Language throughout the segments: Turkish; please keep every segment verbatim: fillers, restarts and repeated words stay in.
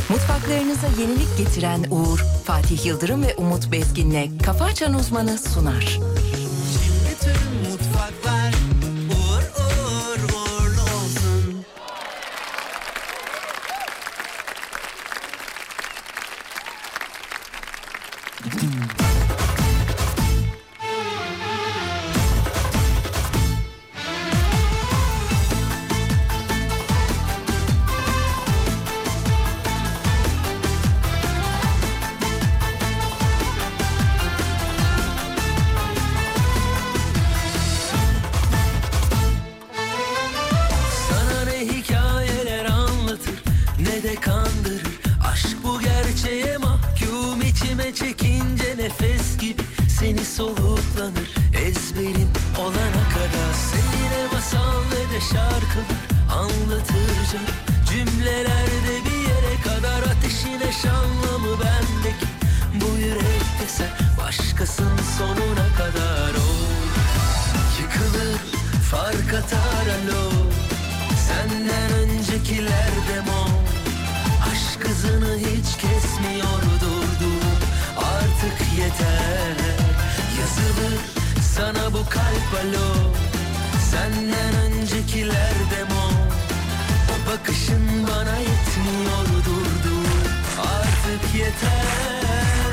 Mutfaklarınıza yenilik getiren Uğur, Fatih Yıldırım ve Umut Bezgin'le Kafa Açan Uzmanı sunar. Bütün mutfaklar uğur uğur uğurlu olsun. Seni soluklanır ezberim olana kadar. Seninle masal ve de şarkılar anlatıracağım. Cümlelerde bir yere kadar ateşine şanlamı bendeki. Bu yürekte sen başkasının sonuna kadar. O yıkılır fark atar alo. Senden öncekiler demo. Aşk hızını hiç kesmiyor durduğum. Artık yeter. Yazılır sana bu kalp alo. Senden öncekiler demo. O bakışın bana yetmiyor durdu. Artık yeter.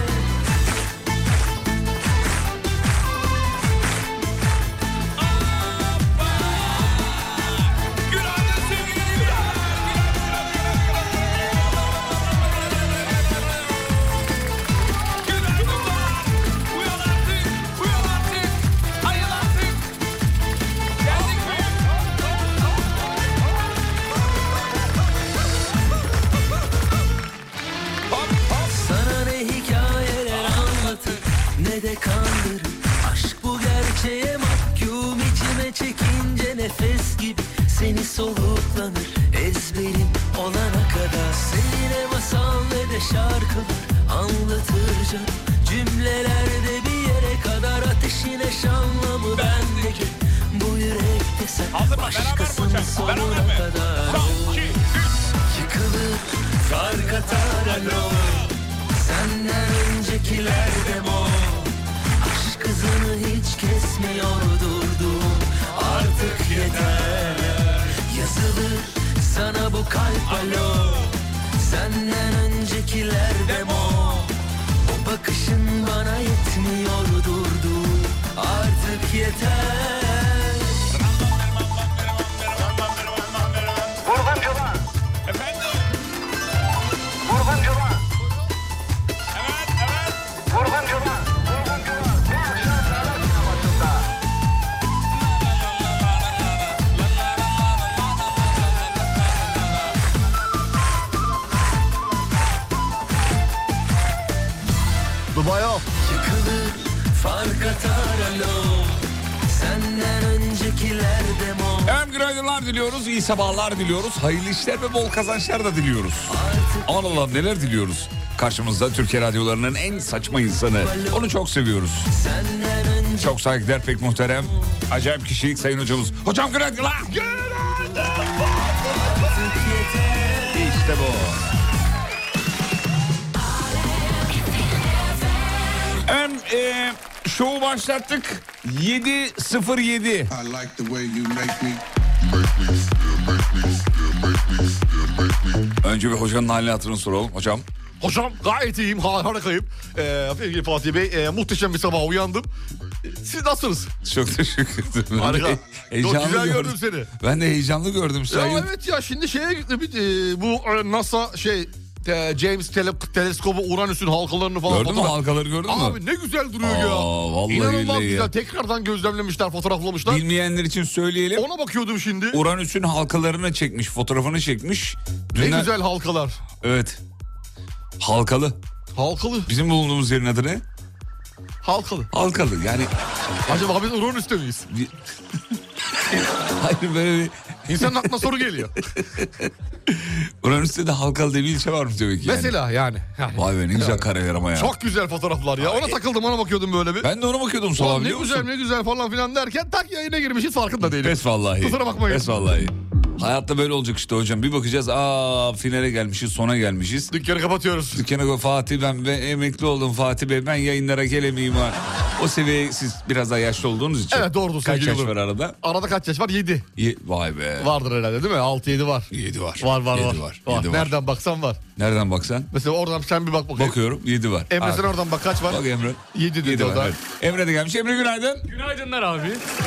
Ne de kandırır aşk bu gerçeğe mahkum. İçime çekince nefes gibi seni soluklanır ezberim olana kadar. Seninle masal ve de şarkılar anlatıracağım. Cümlelerde bir yere kadar ateşine şanlamı bendeki. Bu yürekte sen başkasının sonuna kadar. Yıkılır fark atar alo. Senden öncekiler demo. Aşk hızını hiç kesmiyor durdum. Artık yeter. Yazılır sana bu kalp alo. Senden öncekiler demo. O bakışın bana yetmiyor durdu. Artık yeter. Vurguncular. Efendim? Vurguncular. Evet, evet. Vurguncular. Vurguncular. Bu akşam Sarat sinemasında. Dubai off. Yıkılır fark atar alo. Senden öncekiler demo. Efendim günaydınlar diliyoruz, iyi sabahlar diliyoruz, hayırlı işler ve bol kazançlar da diliyoruz. Aman Allah'ım neler diliyoruz. Karşımızda Türkiye radyolarının en saçma insanı. Onu çok seviyoruz. Çok saygıdeğer, pek muhterem, acayip kişilik sayın hocamız. Hocam günaydınlar. Günaydın. İşte bu. Efendim e, şovu başlattık. yedi sıfır yedi. Önce bir hocanın halini hatırını soralım. Hocam. Hocam gayet iyiyim, harikayım. Ee, Fatih Bey, e, muhteşem bir sabah uyandım. Siz nasılsınız? Çok teşekkür ederim. Harika. Heyecanlı Çok güzel gördüm. gördüm seni. Ben de heyecanlı gördüm. Ya evet ya, şimdi şeye gitti e, bu e, NASA şey e, James tele, teleskobu Uranüs'ün halkalarını falan. Gördün mü halkaları, gördün mü? Abi ne güzel duruyor Aa, ya. vallahi İnanılmaz güzel. ya. Tekrardan gözlemlemişler, fotoğraflamışlar. Bilmeyenler için söyleyelim. Ona bakıyordum şimdi. Uranüs'ün halkalarını çekmiş, fotoğrafını çekmiş. Ne Dünden... güzel halkalar. Evet. Halkalı. Halkalı. Bizim bulunduğumuz yerin adı ne? Halkalı. Halkalı yani. Acaba biz Uranüs'te miyiz? Hayır, böyle bir... İnsanın aklına soru geliyor. Uranüs'te de halkalı diye bir ilçe varmış demek ki yani. Mesela yani. yani. Vay be, ne güzel kareler ama ya. Çok güzel fotoğraflar ya. Ona takıldım, ona bakıyordum böyle bir. Ben de ona bakıyordum sabah, ne biliyor güzel musun? ne güzel falan filan derken tak yayına girmişiz, farkında değilim. Pes vallahi. Kusura bakmayın. Pes vallahi. Hayatta böyle olacak işte hocam. Bir bakacağız aa finale gelmişiz, sona gelmişiz. Dükkanı kapatıyoruz. Dükkanı koy Fatih ben, ben emekli oldum Fatih Bey. Ben yayınlara gelemeyeyim ha. O seviyeye siz biraz daha yaşlı olduğunuz için. Evet doğrudur. Kaç yaş Yıldırım. var arada? Arada kaç yaş var? yedi. Ye- Vay be. Vardır herhalde değil mi? altı yedi var. yedi var. Var var yedi var. var. var. yedi var. Nereden baksan var. Nereden baksan? Mesela oradan sen bir bak bakayım. Bakıyorum yedi var. Emre Abi. sen oradan bak kaç var? Bak Emre. yedi dedi yedi o var. da. Evet. Emre de gelmiş. Emre günaydın. Günaydınlar abi.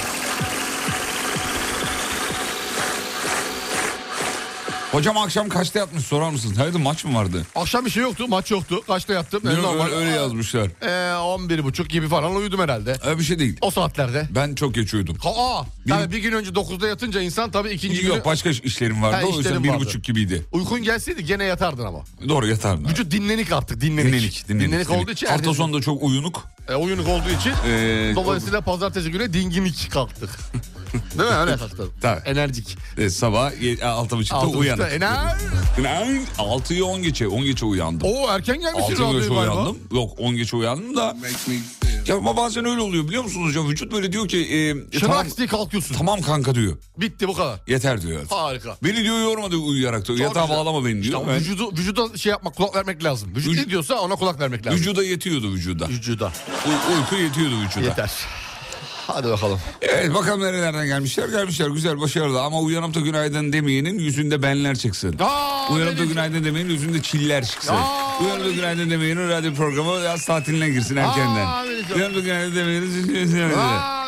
Hocam akşam kaçta yatmış sorar mısınız? Hayırdır maç mı vardı? Akşam bir şey yoktu. Maç yoktu. Kaçta yattım? Öyle, En normal. öyle, öyle yazmışlar. Ee, on bir buçuk gibi falan uyudum herhalde. Öyle bir şey değil. O saatlerde. Ben çok geç uyudum. Ha, aa, Bir- yani bir gün önce dokuzda yatınca insan tabii ikinci günü... Yok başka işlerim vardı. Ha, O yüzden işlerim bir vardı. buçuk gibiydi. Uykun gelseydi gene yatardın ama. Doğru yatardım. Vücut dinlenik artık dinlenik. Dinlenik, dinlenik, Dinlenik olduğu için... Hafta ertesi- sonu da çok uyunuk. E, uyunuk olduğu için Ee, dolayısıyla pazartesi günü dinginik kalktık. Değil mi? Öyle kalktık. Tabii. Enerjik. e, sabah ye- altı buçukta Altı uyanık. buçukta ener. Günaydın. Altıyı on geçe. On geçe uyandım. Oo erken gelmişsin Altı geçe radyoya galiba. uyandım. Yok on geçe uyandım da. Ya ama bazen öyle oluyor biliyor musunuz hocam? Vücut böyle diyor ki e, e, tamam, Şınaks diye kalkıyorsun. tamam kanka diyor. Bitti bu kadar. Yeter diyor. Evet. Harika. Beni diyor yorma diyor uyuyarak diyor. Çok Yatağa güzel. bağlama beni diyor. İşte Ben- vücudu, vücuda şey yapmak, kulak vermek lazım. Vücut Vücut- ne diyorsa ona kulak vermek lazım. Vücuda yetiyordu vücuda. Vücuda. Uy- uyku yetiyordu vücuda. Yeter. Hadi bakalım. Evet bakalım nerelerden gelmişler. Gelmişler güzel başarılı ama uyanıp da günaydın demeyenin yüzünde benler çıksın. Aa, Uyanıp da dedim. günaydın demeyenin yüzünde çiller çıksın. Aa, Uyanıp da günaydın demeyenin radyo programı yaz tatiline girsin erkenden. Aa, dedim. Uyanıp da günaydın demeyenin... Aa,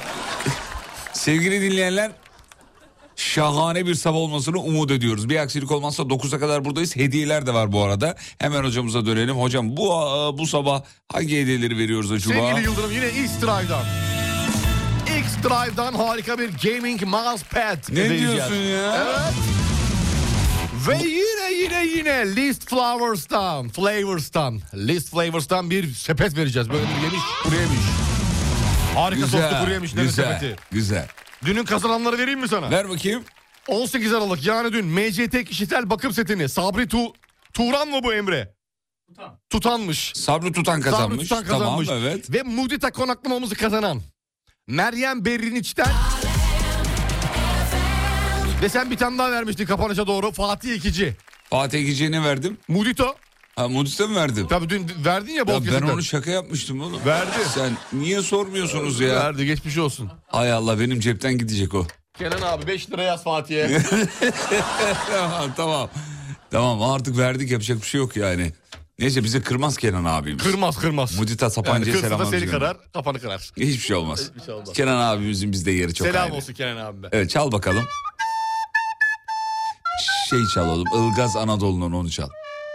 Sevgili dinleyenler şahane bir sabah olmasını umut ediyoruz. Bir aksilik olmazsa dokuza kadar buradayız. Hediyeler de var bu arada. Hemen hocamıza dönelim. Hocam bu bu sabah hangi hediyeleri veriyoruz acaba? Sevgili Yıldırım yine X-Drive'dan. X-Drive'dan harika bir gaming mousepad. Ne vereceğiz. diyorsun ya? Evet. Ve yine yine yine List Flavors'tan, Flavors'tan, List Flavors'tan bir sepet vereceğiz. Böyle bir yemiş, kuru yemiş. Harika soslu kuru yemişlerin güzel, sepeti. güzel. Dünün kazananları vereyim mi sana? Ver bakayım. on sekiz Aralık yani dün M C T kişisel bakım setini. Sabri tu Turan mı bu Emre? Tutan. Tutanmış. Sabri Tutan kazanmış. Sabri Tutan kazanmış. Tamam evet. Ve Mudita konaklamamızı kazanan Meryem Berriniç'ten. Ve sen bir tane daha vermiştin kapanışa doğru. Fatih İkici. Fatih Gece'ye ne verdim? Mudita. Ha Mudis'e mi verdim? Tabii dün verdin ya bol Ya ben kesitten. onu şaka yapmıştım oğlum. Verdi. Sen niye sormuyorsunuz ya? Verdi geçmiş olsun. Hay Allah benim cepten gidecek o. Kenan abi beş lira yaz Fatih'e. tamam tamam. Tamam artık verdik yapacak bir şey yok yani. Neyse bizi kırmaz Kenan abimiz. Kırmaz kırmaz. Mudita Yani Sapancı'ya kırsa da selamlar. seni diyorum. kırar kafanı kırar. Hiçbir şey olmaz. Hiçbir şey olmaz. Kenan abimizin bizde yeri çok Selam ayrı. olsun Kenan abime. Evet çal bakalım. Şey çal oğlum. Ilgaz Anadolu'nun onu çal.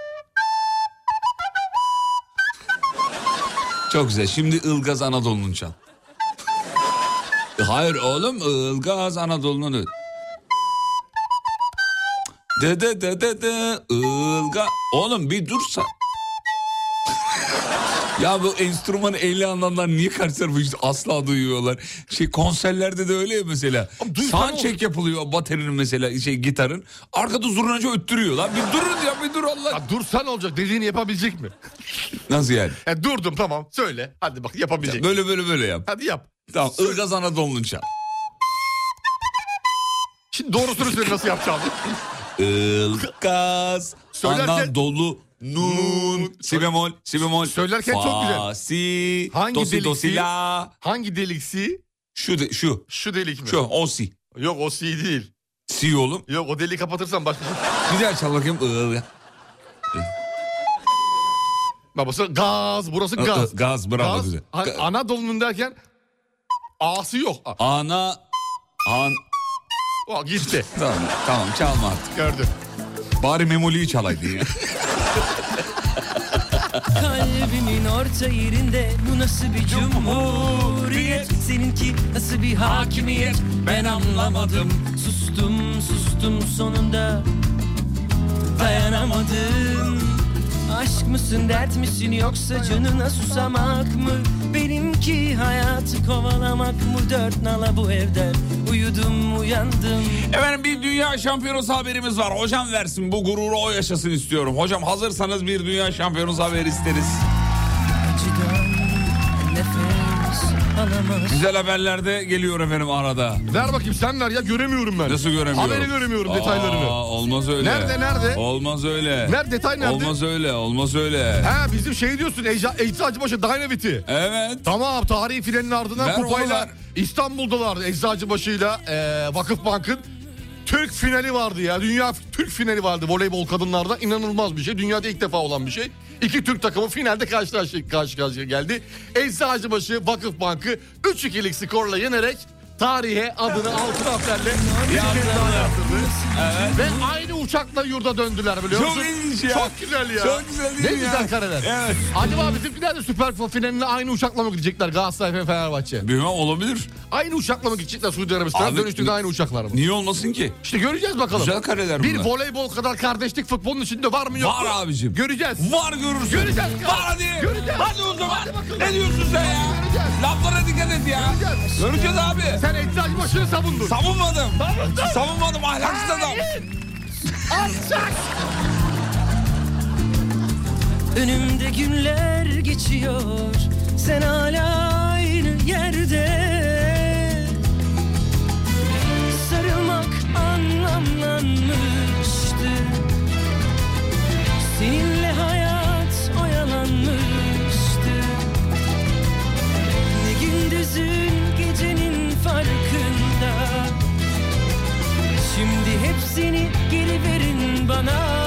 Çok güzel. Şimdi Ilgaz Anadolu'nun çal. Hayır oğlum Ilgaz Anadolu'nun. De de de de de Ilgaz. Oğlum bir dursa. Ya bu enstrümanı elli anlamlar niye karşı tarafı hiç asla duyuyorlar. Şey konserlerde de öyle ya mesela. Sound check yapılıyor baterinin mesela şey gitarın. Arkada zurnacı öttürüyor lan. Bir durun ya bir dur Allah. Ya dursan olacak dediğini yapabilecek mi? Nasıl yani? Ya durdum tamam söyle. Hadi bak yapabilecek. Böyle böyle böyle yap. Hadi yap. Tamam Ilgaz Anadolu'nun çal. Şimdi doğrusunu söyle nasıl yapacağımı. Ilgaz Söylerken- Anadolu Nun si bemol si bemol Söylerken çok güzel. fa si Hangi do si do si deliksi? la. Hangi deliksi? Şu de, şu Şu delik mi? şu o si. Yok o C değil. Si oğlum. Yok o deliği kapatırsan başka şey. Bir daha çal bakayım. Ilgaz. Babası gaz burası gaz. Gaz bravo güzel. A- Anadolu'nun derken A'sı yok. A- Ana an O gitti. tamam tamam çalma artık. Gördüm. Bari Memoli'yi çalaydın ya. Kalbimin orta yerinde bu nasıl bir cumhuriyet? Seninki nasıl bir hakimiyet? Ben anlamadım. Sustum sustum sonunda dayanamadım. Aşk mısın dert misin yoksa canına susamak mı? Benimki hayatı kovalamak mı? Dört nala bu evden uyudum uyandım. Efendim bir dünya şampiyonası haberimiz var. Hocam versin bu gururu o yaşasın istiyorum. Hocam hazırsanız bir dünya şampiyonası haberi isteriz. Acıdan nefes alamaz. Güzel haberler de geliyor efendim arada. Ver bakayım sen ver ya, göremiyorum ben. Nasıl göremiyorum? Haberi göremiyorum, Aa, detaylarını. olmaz öyle. Nerede, nerede? Olmaz öyle. Nerede, detay nerede? Olmaz öyle olmaz öyle. Ha bizim şey diyorsun, Ecza, Eczacıbaşı Dynavit'i. Evet. Tamam, tarihi finalin ardından Ver kupayla onu ver. İstanbul'dalardı Eczacıbaşı'yla e, Vakıfbank'ın. Türk finali vardı ya. Dünya Türk finali vardı voleybol kadınlarda. İnanılmaz bir şey. Dünyada ilk defa olan bir şey. İki Türk takımı finalde karşı karşıya, karşı karşıya geldi. Eczacıbaşı Vakıfbank'ı üç ikilik skorla yenerek tarihe adını altın harflerle bir kez daha yazdırdı. Evet. Ve aynı uçakla yurda döndüler, biliyor musun? Çok ilginç ya. Çok güzel ya. Çok güzel değil ne mi ya? güzel kareler. Evet. Acaba bizimkiler de Süper Kupa finaline aynı uçakla mı gidecekler, Galatasaray ve Fenerbahçe? Bilmem, olabilir. Aynı uçakla mı gidecekler Suudi Arabistan'a? Abi, Dönüştüğünde aynı uçaklar mı? Niye olmasın ki? İşte göreceğiz bakalım. Güzel kareler Bir bunlar. voleybol kadar kardeşlik futbolun içinde var mı yok mu? Var abicim. Göreceğiz. Var, görürsün. Göreceğiz. Var hadi. Göreceğiz. Hadi o zaman. Hadi bakalım. Ne diyorsun sen ya? Göreceğiz. Laflara dikkat et ya. Göreceğiz. Göreceğiz abi. Sen Eczacıbaşı'nı savundun. Savunmadım. Savundun. Savunmadım, ahlaksız adam. Alçak. Önümde günler geçiyor, sen hala aynı yerde. Sarılmak anlamlanmıştı, seninle hayat oyalanmıştı. Ne gündüzün gecenin farkında, şimdi hepsini geri verin bana.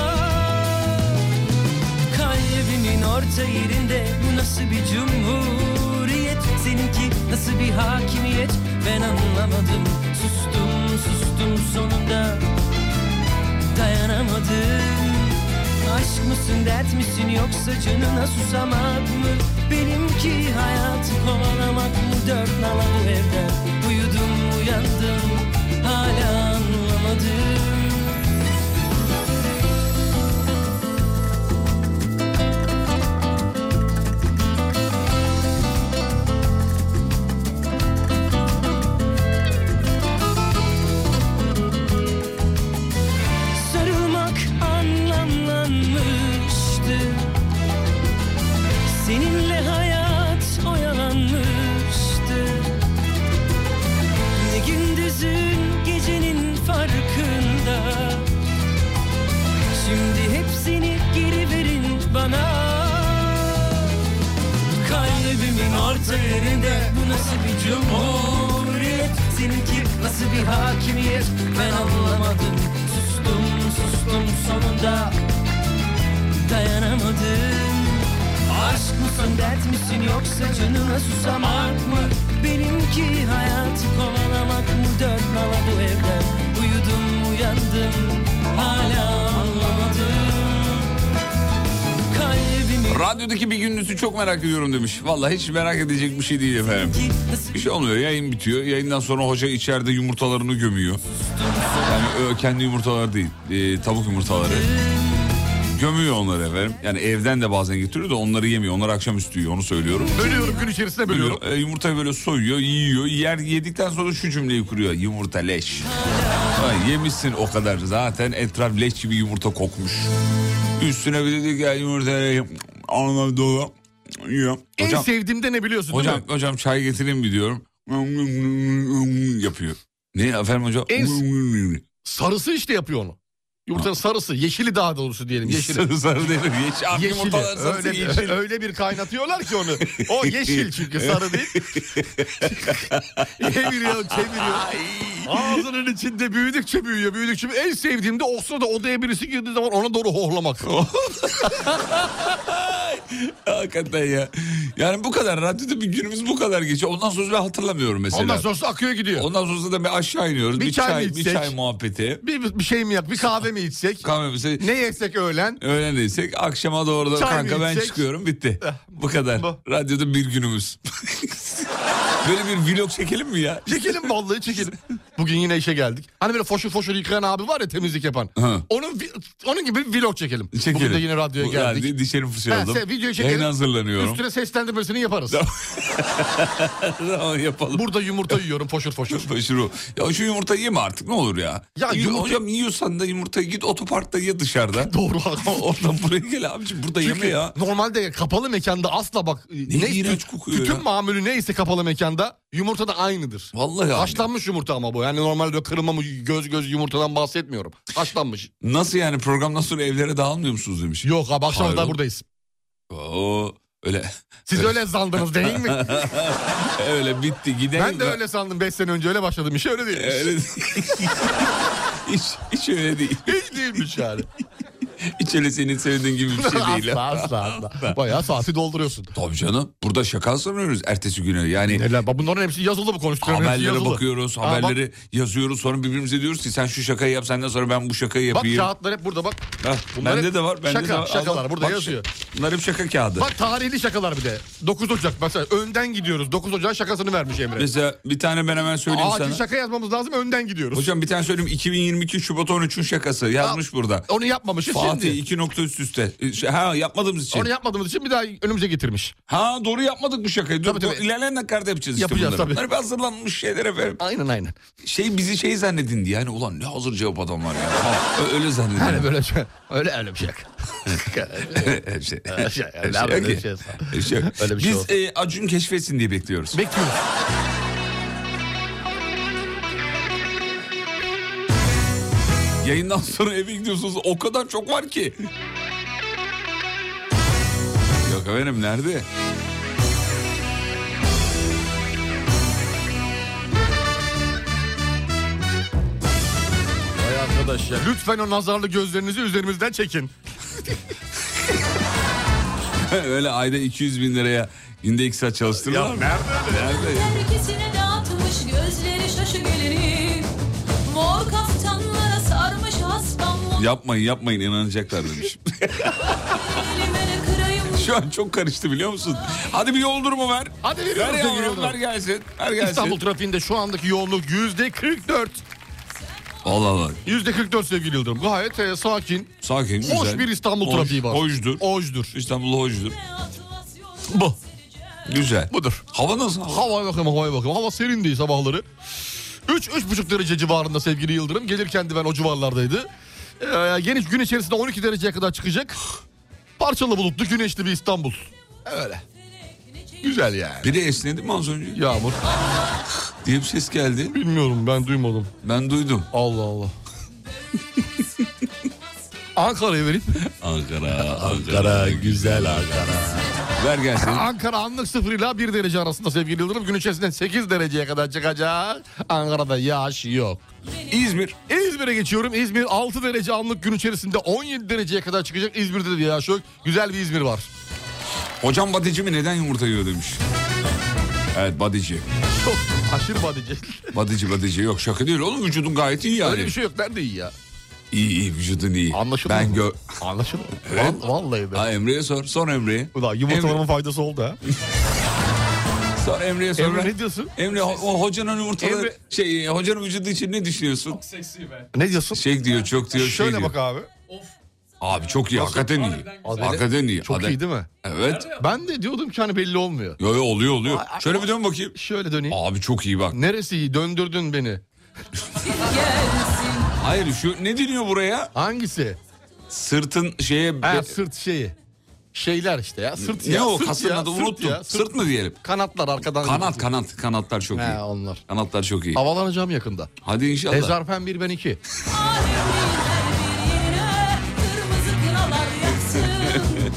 Kalbimin orta yerinde bu nasıl bir cumhuriyet, seninki nasıl bir hakimiyet, ben anlamadım. Sustum sustum sonunda dayanamadım. Aşk mısın dert misin yoksa canına susamak mı? Benimki hayatı kovalamak mı? Dört nala bu evden uyudum uyandım hala anlamadım. Seninle hayat oyalanmıştı, ne gündüzün gecenin farkında, şimdi hepsini geri verin bana. Kalbimin orta yerinde bu nasıl bir cumhuriyet, seninki nasıl bir hakimiyet, ben anlamadım. Sustum sustum sonunda dayanamadım. Aşk mısın dert misin yoksa canına susamak mı? Benimki hayatı kovalamak mı? Dört nala bu evden uyudum uyandım hala anlamadım. Kalbimi... Radyodaki bir gündüzü çok merak ediyorum demiş. Vallahi hiç merak edecek bir şey değil efendim. Bir şey olmuyor, yayın bitiyor. Yayından sonra hoca içeride yumurtalarını gömüyor. Yani ö, kendi yumurtaları değil, e, tavuk yumurtaları. Gömüyor onları efendim. Yani evden de bazen getiriyor da onları yemiyor. Onları akşamüstü yiyor, onu söylüyorum. Bölüyorum, gün içerisinde bölüyorum. E, yumurtayı böyle soyuyor, yiyor. Yer yedikten sonra şu cümleyi kuruyor. Yumurta leş. Ha, yemişsin o kadar. Zaten etraf leş gibi yumurta kokmuş. Üstüne bir dedik ya yumurtayı anlam dolu. Yiyor. En Hocam, sevdiğim de ne biliyorsun hocam, değil mi? hocam çay getireyim mi diyorum. Yapıyor. Ne efendim hocam? En- Sarısı işte yapıyor onu. Yumurtanın sarısı, yeşili daha doğrusu diyelim. Yeşili. Sarı sarı değil. Yeşil, ak Yeşili. yumurtalar sarısı Öyle, yeşil. öyle bir kaynatıyorlar ki onu. O yeşil çünkü sarı değil. Çeviriyor, çeviriyor. Ağzının içinde büyüdükçe büyüyor, büyüdükçe büyüyor. En sevdiğim de o sırada odaya birisi girdiği zaman ona doğru hohlamak. Hakikaten ya. Yani bu kadar, radyoda bir günümüz bu kadar geçiyor. Ondan sonra ben hatırlamıyorum mesela. Ondan sonrası akıyor gidiyor. Ondan sonra da bir aşağı iniyoruz. Bir Bir, çay çay, mı bir içsek? çay muhabbeti. Bir, bir şey mi yak, bir kahve mi içsek? Kahve mesela. Ne yesek öğlen? Öğlen değilsek akşama doğru da Çay mı kanka ben içsek? çıkıyorum, bitti. Bu kadar. Bu. Radyoda bir günümüz. Böyle bir vlog çekelim mi ya? Çekelim vallahi çekelim. Bugün yine işe geldik. Hani böyle foşur foşur yıkayan abi var ya, temizlik yapan. Hı. Onun onun gibi vlog çekelim. Çekelim. Bugün de yine radyoya Bu- geldik. Yani dişlerimi fırçaladım. Ha, se- videoyu çekelim. Yayına hazırlanıyorum. Üstüne seslendirmesini yaparız. Tamam, yapalım. Burada yumurta yiyorum foşur foşur. Foşuru. Ya şu yumurtayı yeme artık ne olur ya. Ya Ya yumurta- hocam yiyorsan da yumurtayı git otoparkta ye dışarıda. Doğru. Oradan buraya gel abiciğim, burada Çünkü yeme ya. normalde kapalı mekanda asla bak. Ne iğrenç kokuyor Bütün ya. mamülü neyse kapalı mekanda yumurta da aynıdır. Vallahi abi. Haşlanmış yumurta ama bu. Yani normalde kırılmamış göz göz yumurtadan bahsetmiyorum. Haşlanmış. Nasıl yani, programdan sonra evlere dağılmıyor musunuz demiş. Yok abi, akşama kadar Hayır. buradayız. Oo, öyle. Siz öyle sandınız değil mi? Öyle bitti gidelim. Ben de öyle sandım, beş sene önce öyle başladım işe, öyle değil. Öyle değil. hiç, hiç öyle değil. Hiç değilmiş yani. Hiç öyle senin söylediğin gibi bir şey değil. asla asla asla. Bayağı saati dolduruyorsun. Tabii canım. Burada şaka hazırlanıyoruz ertesi güne. Yani Neler, bak bunların hepsi yazılı bu konuştuklarım. hepsi haberlere yazılı. bakıyoruz, Ha, bak- haberleri yazıyoruz. Sonra birbirimize diyoruz ki sen şu şakayı yap, senden sonra ben bu şakayı Bak yapayım. kağıtlar hep burada bak. Hah, Bunlar bende hep de var. Bende şaka, de var. şakalar Allah- burada bak, yazıyor. Bunlar hep şaka kağıdı. Bak tarihli şakalar bir de. dokuz Ocak mesela önden gidiyoruz. dokuz Ocak şakasını vermiş Emre. Mesela bir tane ben hemen söyleyeyim Acil sana. şaka yazmamız lazım, önden gidiyoruz. Hocam bir tane söyleyeyim. iki bin yirmi iki Şubat on üçün şakası yazmış burada. Onu yapmamışız Fatih şimdi. iki nokta üst üste. Şey, Ha yapmadığımız için. Onu yapmadığımız için bir daha önümüze getirmiş. Ha doğru, yapmadık bu şakayı. Dur, Tabii, tabii. dur, ilerleyen dakikada yapacağız işte Yapacağız, bunları. tabii. Bunlar bir hazırlanmış şeyler efendim. Aynen aynen. Şey bizi şey zannedin diye. Yani ulan ne hazır cevap adam var ya. Ha, ö- öyle zannedin. Hani böyle şey, öyle öyle bir şey. Her şey. Öyle şey, Her öyle şey, öyle okey. bir şey. Her şey. Öyle bir şey Biz olsun. e, Acun keşfetsin diye bekliyoruz. Bekliyoruz. Yayından sonra eve gidiyorsunuz, o kadar çok var ki. Yok efendim, nerede? Vay arkadaş ya. Lütfen o nazarlı gözlerinizi üzerimizden çekin. Öyle ayda iki yüz bin liraya günde iki saat çalıştırırlar mı? Nerede? Herkesine dağıtmış gözleri şaşı gelirim. Mor kaftanlara sarmış hastam. Yapmayın yapmayın, inanacaklar demiş. Elime ne kırayım. Şu an çok karıştı biliyor musun? Hadi bir yol durumu ver. Hadi veriyorum Ver sevgili yavrum, Yıldırım. ver gelsin. Ver gelsin. İstanbul trafiğinde şu andaki yoğunluk yüzde kırk dört. Allah Allah. Yüzde kırk dört sevgili Yıldırım. Gayet e, sakin. Sakin, güzel. Hoş bir İstanbul Hoş, trafiği var. Hoşdur. Hoşdur. İstanbul hoşdur. Bu. Güzel. Budur. Hava nasıl? Havaya bakalım, havaya bakalım. Hava serin değil sabahları. üç üç buçuk derece civarında sevgili Yıldırım. Gelirken de ben o civarlardaydı. Ee, geniş gün içerisinde on iki dereceye kadar çıkacak. Parçalı bulutlu, güneşli bir İstanbul. Öyle. Güzel yani. Biri esnedi mi az önce? Yağmur. Diye bir ses geldi. Bilmiyorum, ben duymadım. Ben duydum. Allah Allah. Ankara'yı vereyim. Ankara, Ankara, güzel Ankara. Ver gelsin. Ankara anlık sıfır ile bir derece arasında sevgili Yıldırım. Gün içerisinde sekiz dereceye kadar çıkacak. Ankara'da yağış yok. İzmir. İzmir'e geçiyorum. İzmir altı derece anlık, gün içerisinde on yedi dereceye kadar çıkacak. İzmir'de de yağış yok. Güzel bir İzmir var. Hocam badici mi neden yumurta yiyor demiş. Evet, badici. Çok aşırı badici. Badici badici. Yok şaka değil oğlum, vücudun gayet iyi yani. Öyle bir şey yok. Nerede iyi ya? İyi iyi, vücudun iyi. Anlaşıldı Ben mı? gör... Anlaşıldı. Evet. Val- Vallahi be. Ha, Emre'ye sor. Sor Emre'ye. Ulan yumurtalarımın faydası oldu ha. Sor Emre'ye sor. Emre ne diyorsun? Emre o, o hocanın yumurtaları Emre- şey hocanın vücudu için ne düşünüyorsun? Ne diyorsun? Şey diyor, çok diyor, şey Şöyle diyor. bak abi. Abi çok iyi, hakikaten iyi. Abi, Hakikaten iyi. Çok Adam- iyi değil mi? Evet. Ben de diyordum ki hani belli olmuyor. Yo yo, oluyor oluyor. Ay, ay, Şöyle bir dön bakayım. Şöyle döneyim. Abi çok iyi bak. Neresi iyi? Döndürdün beni. Hayır şu ne deniyor buraya? Hangisi? Sırtın şeye... Ha, be- sırt şeyi. Şeyler işte ya. Sırt ne ya. o sırt kasın ya, adı sırt unuttum. ya, Sırt, mı diyelim? Kanatlar arkadan. Kanat kanat. Kanatlar çok iyi. He onlar. Kanatlar çok iyi. Havalanacağım yakında. Hadi inşallah. Ezarfen bir ben iki. Kırmızı kınalar yaksın.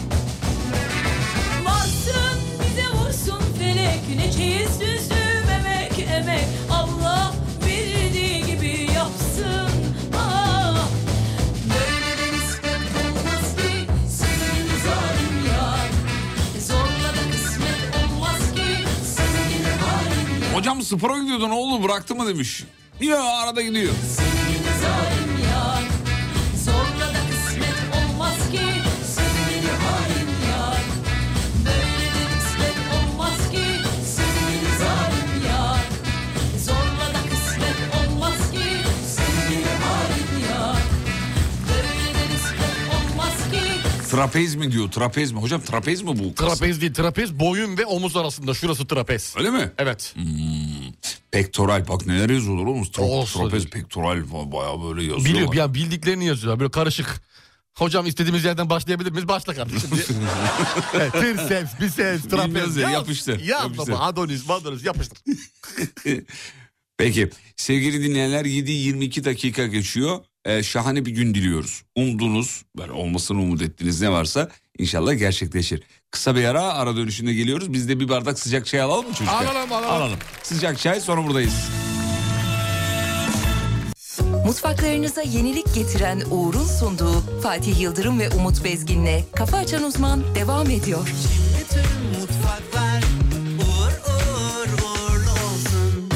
Varsın bize vursun felek. Ne çeyiz düzüm emek emek. Allah bildiği gibi yapsın. Ah, böyle de nispet olmaz ki. Senin zalim yar. Zorla da kısmet olmaz ki. Senin hain yar. Hocam spora gidiyordu, ne oldu, bıraktı mı demiş. Ya arada gidiyor. Senin zalim yar. Zorla da kısmet olmaz ki. Senin hain yar. Böyle de kısmet olmaz ki. Senin zalim yar. Zorla da kısmet olmaz Trapez mi diyor? Trapez mi? Hocam trapez mi bu? Trapez değil, trapez boyun ve omuz arasında, şurası trapez. Öyle mi? Evet. Hmm. Pektoral, bak neler yazıyorlar oğlum. Tra- Olsun. trapez, pektoral bayağı böyle yazıyorlar. Biliyor ya, bildiklerini yazıyorlar böyle karışık. Hocam istediğimiz yerden başlayabilir miyiz? Başla kardeşim diye. Evet, triceps, biceps, trapez. Bilmez ya, yapıştır, Yaz yapıştır. baba, Adonis, Madonis yapıştır. Peki sevgili dinleyenler, yedi yirmi iki dakika geçiyor. Ee, şahane bir gün diliyoruz. Umduğunuz, böyle olmasını umut ettiğiniz ne varsa inşallah gerçekleşir. Kısa bir ara, ara dönüşünde geliyoruz. Biz de bir bardak sıcak çay alalım mı çocuklar? Alalım, alalım. Alalım. Sıcak çay, sonra buradayız. Mutfaklarınıza yenilik getiren Uğur'un sunduğu Fatih Yıldırım ve Umut Bezgin'le Kafa Açan Uzman devam ediyor. Bütün mutfaklar uğur uğur uğurlu olsun.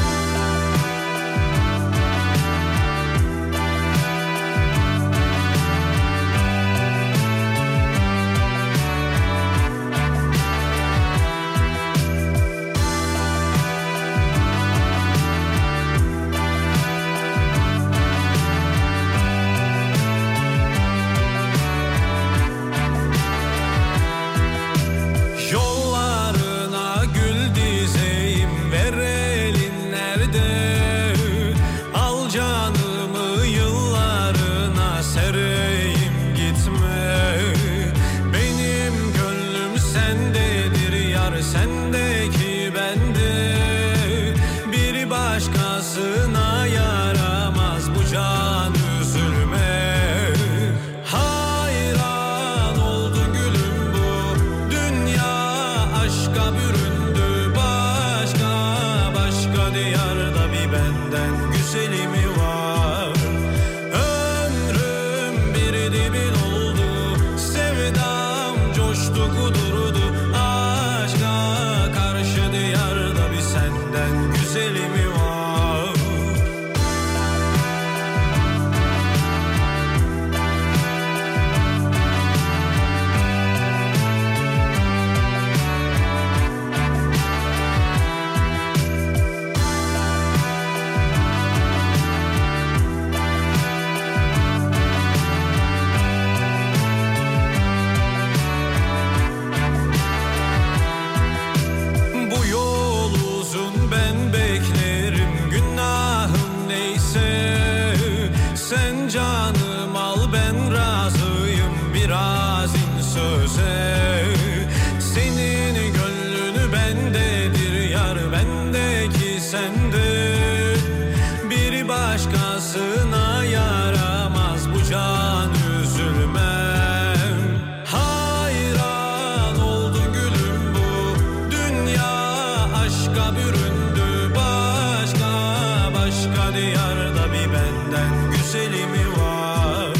Yollarına gül dizeyim, ver elin nerede? Al canımı yıllarına sereyim, gitme. Benim gönlüm sendedir yar, sendeki bende. Bir başkasına yaramaz bu can, üzülme. Hayran oldu gülüm bu dünya, aşka büründü başka. Başka diyarda bir benden güzeli mi var? Ömrüm bir dibin oldu, sevdam coştu kudurdu. Aşka karşı diyarda bir senden güzeli mi var? Bu yol uzun, ben beklerim, günahım neyse. Sen canım al, ben razıyım biraz in söze. Senin gönlünü bendedir yar, bendeki sende. Bir başkasına yaramaz bu can, üzülmem. Hayran oldu gülüm bu dünya, aşka büründü başka. Başka diyarda bir benden güzeli mi var?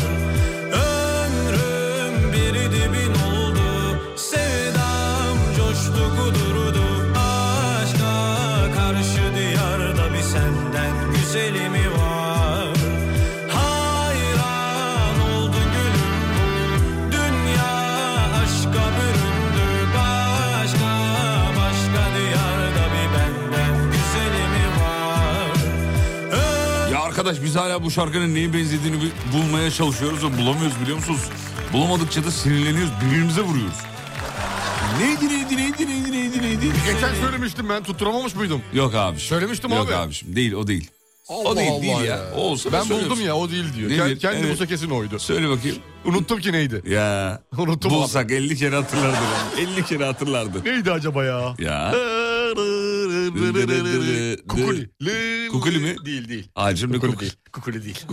Ömrüm bir dibin oldu, sevdam coştu kudurdu. Aşka karşı diyarda bir senden güzeli mi var? Hayran oldu gülüm bu dünya, aşka büründü başka. Başka diyarda bir benden güzeli mi var? Ya arkadaş, biz hala bu şarkının neye benzediğini bir bulmaya çalışıyoruz ve bulamıyoruz, biliyor musunuz? Bulamadıkça da sinirleniyoruz, birbirimize vuruyoruz. Neydi neydi neydi neydi neydi neydi? Geçen söylemiştim ben, tutturamamış mıydım? Yok abi. Söylemiştim Yok abi. Yok abiciğim, değil o değil. Allah o değil Allah değil ya. O olsa ben söylerim. buldum ya, o değil diyor. Nedir? Kendi, kendi Evet. bulsa kesin oydu. Söyle bakayım. Unuttum ki neydi. Ya Unuttum bulsak elli kere hatırlardı. elli kere hatırlardı. Neydi acaba ya? Ya. Kukuli. Kukuli mi? Değil değil. Ağacım ne Kukuli kukuli? değil. Kukuli değil.